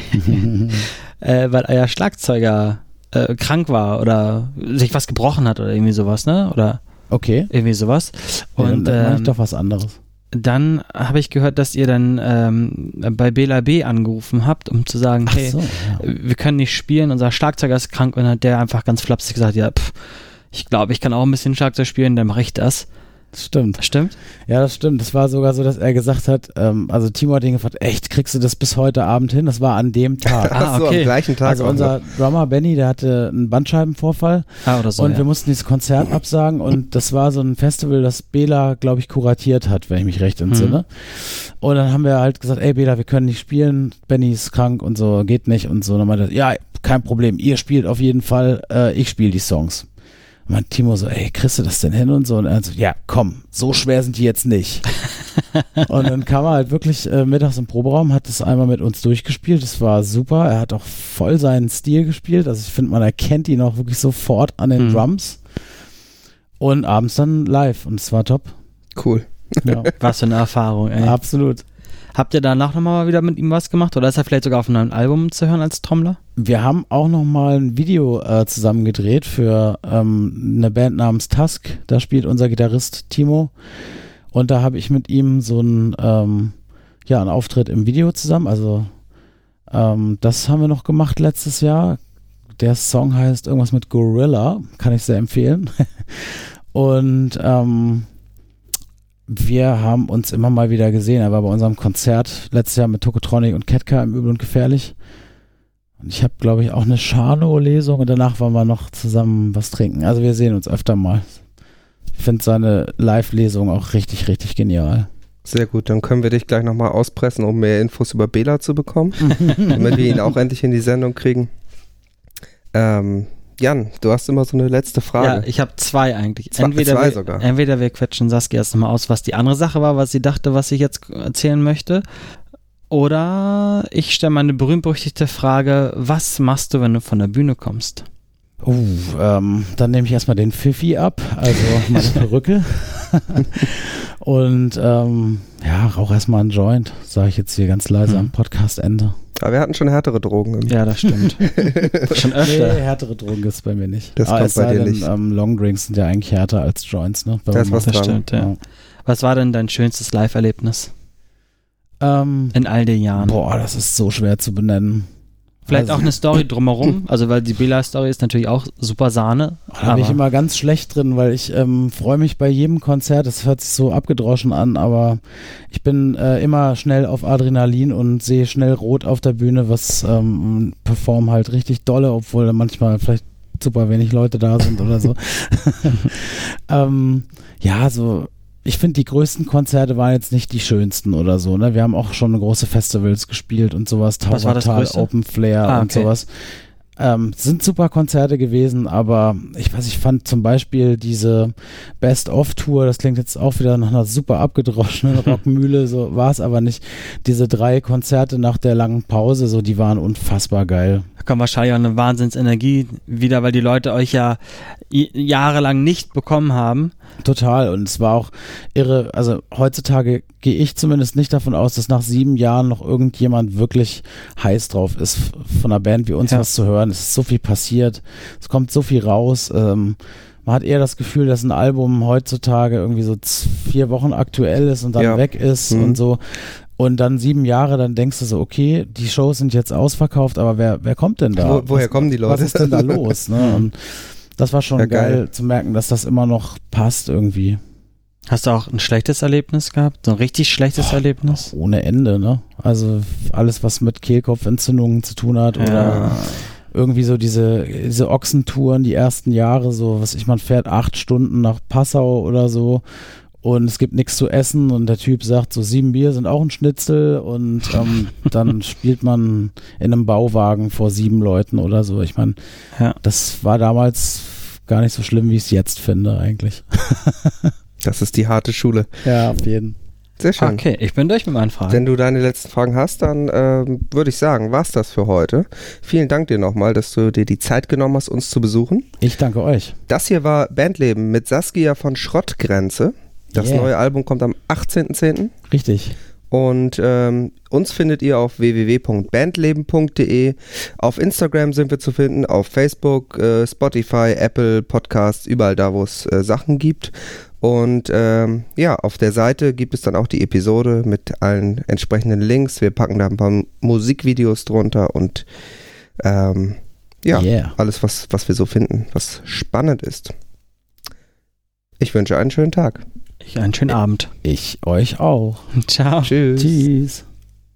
äh, weil euer Schlagzeuger äh, krank war oder sich was gebrochen hat oder irgendwie sowas, ne? Oder okay. irgendwie sowas. Und ja, dann ähm, mache ich doch was anderes. Dann habe ich gehört, dass ihr dann ähm, bei Bela B angerufen habt, um zu sagen, hey, so, ja. wir können nicht spielen, unser Schlagzeuger ist krank, und dann hat der einfach ganz flapsig gesagt, ja, pff, ich glaube, ich kann auch ein bisschen Schlagzeug spielen, dann mache ich das. Das stimmt. Das stimmt? Ja, das stimmt. Das war sogar so, dass er gesagt hat, ähm, also Timo hat ihn gefragt, echt, kriegst du das bis heute Abend hin? Das war an dem Tag. Ah, okay. So, am gleichen Tag. Also unser Drummer Benny, der hatte einen Bandscheibenvorfall ah, oder so, und ja. wir mussten dieses Konzert absagen, und das war so ein Festival, das Bela, glaube ich, kuratiert hat, wenn ich mich recht entsinne. Mhm. Und dann haben wir halt gesagt, ey Bela, wir können nicht spielen, Benny ist krank und so, geht nicht und so. Und dann meinte er, ja, kein Problem, ihr spielt auf jeden Fall, äh, ich spiele die Songs. Und mein Timo so, ey, kriegst du das denn hin und so? Und er so, ja, komm, so schwer sind die jetzt nicht. Und dann kam er halt wirklich äh, mittags im Proberaum, hat das einmal mit uns durchgespielt, das war super, er hat auch voll seinen Stil gespielt, also ich finde, man erkennt ihn auch wirklich sofort an den mhm. Drums, und abends dann live, und es war top. Cool. Ja. Was für eine Erfahrung, ey. Absolut. Habt ihr danach nochmal wieder mit ihm was gemacht oder ist er vielleicht sogar auf einem Album zu hören als Trommler? Wir haben auch nochmal ein Video äh, zusammen gedreht für ähm, eine Band namens Tusk. Da spielt unser Gitarrist Timo. Und da habe ich mit ihm so ein, ähm, ja, einen Auftritt im Video zusammen. Also ähm, das haben wir noch gemacht letztes Jahr. Der Song heißt irgendwas mit Gorilla. Kann ich sehr empfehlen. Und ähm, wir haben uns immer mal wieder gesehen. Er war bei unserem Konzert letztes Jahr mit Tokotronic und Ketka im Übel und Gefährlich. Und ich habe, glaube ich, auch eine Scharno-Lesung und danach wollen wir noch zusammen was trinken. Also wir sehen uns öfter mal. Ich finde seine Live-Lesung auch richtig, richtig genial. Sehr gut, dann können wir dich gleich nochmal auspressen, um mehr Infos über Bela zu bekommen, damit wir ihn auch endlich in die Sendung kriegen. Ähm, Jan, du hast immer so eine letzte Frage. Ja, ich habe zwei eigentlich. Zwei, entweder, zwei wir, sogar. entweder wir quetschen Saskia erst nochmal aus, was die andere Sache war, was sie dachte, was ich jetzt erzählen möchte. Oder ich stelle mal eine berühmt-berüchtigte Frage, was machst du, wenn du von der Bühne kommst? Uh, ähm, dann nehme ich erstmal den Pfiffi ab, also meine Perücke. Und ähm, ja, rauch erstmal einen Joint, sage ich jetzt hier ganz leise hm. am Podcast-Ende. Aber wir hatten schon härtere Drogen. Im ja, das stimmt. Schon öfter. Nee, härtere Drogen gibt es bei mir nicht. Das Aber kommt es bei sei dir denn, nicht. Ähm, Longdrinks sind ja eigentlich härter als Joints, ne? Da ist was das dran. stimmt, ja. Ja. Was war denn dein schönstes Live-Erlebnis Ähm, in all den Jahren? boah, das ist so schwer zu benennen. Vielleicht also, auch eine Story drumherum, also weil die Bela-Story ist natürlich auch super Sahne. Da bin ich immer ganz schlecht drin, weil ich ähm, freue mich bei jedem Konzert, das hört sich so abgedroschen an, aber ich bin äh, immer schnell auf Adrenalin und sehe schnell rot auf der Bühne, was ähm, perform halt richtig dolle, obwohl da manchmal vielleicht super wenig Leute da sind oder so. ähm, ja, so ich finde, die größten Konzerte waren jetzt nicht die schönsten oder so, ne? Wir haben auch schon große Festivals gespielt und sowas, Was war das Taubertal, größte? Open Flair Ah, und okay. sowas. Ähm, sind super Konzerte gewesen, aber ich weiß, ich fand zum Beispiel diese Best-of-Tour, das klingt jetzt auch wieder nach einer super abgedroschenen Rockmühle, so war es aber nicht. Diese drei Konzerte nach der langen Pause, so die waren unfassbar geil. Da kommt wahrscheinlich auch eine Wahnsinnsenergie wieder, weil die Leute euch ja i- jahrelang nicht bekommen haben. Total, und es war auch irre, also heutzutage gehe ich zumindest nicht davon aus, dass nach sieben Jahren noch irgendjemand wirklich heiß drauf ist, von einer Band wie uns Ja. was zu hören. Es ist so viel passiert, es kommt so viel raus. Ähm, man hat eher das Gefühl, dass ein Album heutzutage irgendwie so z- vier Wochen aktuell ist und dann Ja. weg ist Mhm. und so. Und dann sieben Jahre, dann denkst du so, okay, die Shows sind jetzt ausverkauft, aber wer, wer kommt denn da? Wo, woher was, kommen die Leute? Was ist denn da los? Ne? Und das war schon Ja, geil. geil. zu merken, dass das immer noch passt irgendwie. Hast du auch ein schlechtes Erlebnis gehabt? So ein richtig schlechtes Erlebnis? Ohne Ende, ne? Also alles, was mit Kehlkopfentzündungen zu tun hat oder Ja. irgendwie so diese, diese Ochsentouren, die ersten Jahre, so, was ich, man fährt acht Stunden nach Passau oder so und es gibt nichts zu essen und der Typ sagt, so sieben Bier sind auch ein Schnitzel und ähm, dann spielt man in einem Bauwagen vor sieben Leuten oder so. Ich meine, Ja. das war damals gar nicht so schlimm, wie ich es jetzt finde eigentlich. Das ist die harte Schule. Ja, auf jeden Fall. Sehr schön. Okay, ich bin durch mit meinen Fragen. Wenn du deine letzten Fragen hast, dann ähm, würde ich sagen, war's das für heute. Vielen Dank dir nochmal, dass du dir die Zeit genommen hast, uns zu besuchen. Ich danke euch. Das hier war Bandleben mit Saskia von Schrottgrenze. Das Yeah. neue Album kommt am achtzehnten zehnten Richtig. Und ähm, uns findet ihr auf w w w punkt bandleben punkt de. Auf Instagram sind wir zu finden, auf Facebook, äh, Spotify, Apple Podcasts, überall da, wo es äh, Sachen gibt. Und ähm, ja, auf der Seite gibt es dann auch die Episode mit allen entsprechenden Links. Wir packen da ein paar Musikvideos drunter und ähm, ja, Yeah. alles, was, was wir so finden, was spannend ist. Ich wünsche einen schönen Tag. Ich, einen schönen Abend. Ich euch auch. Ciao. Tschüss. Tschüss.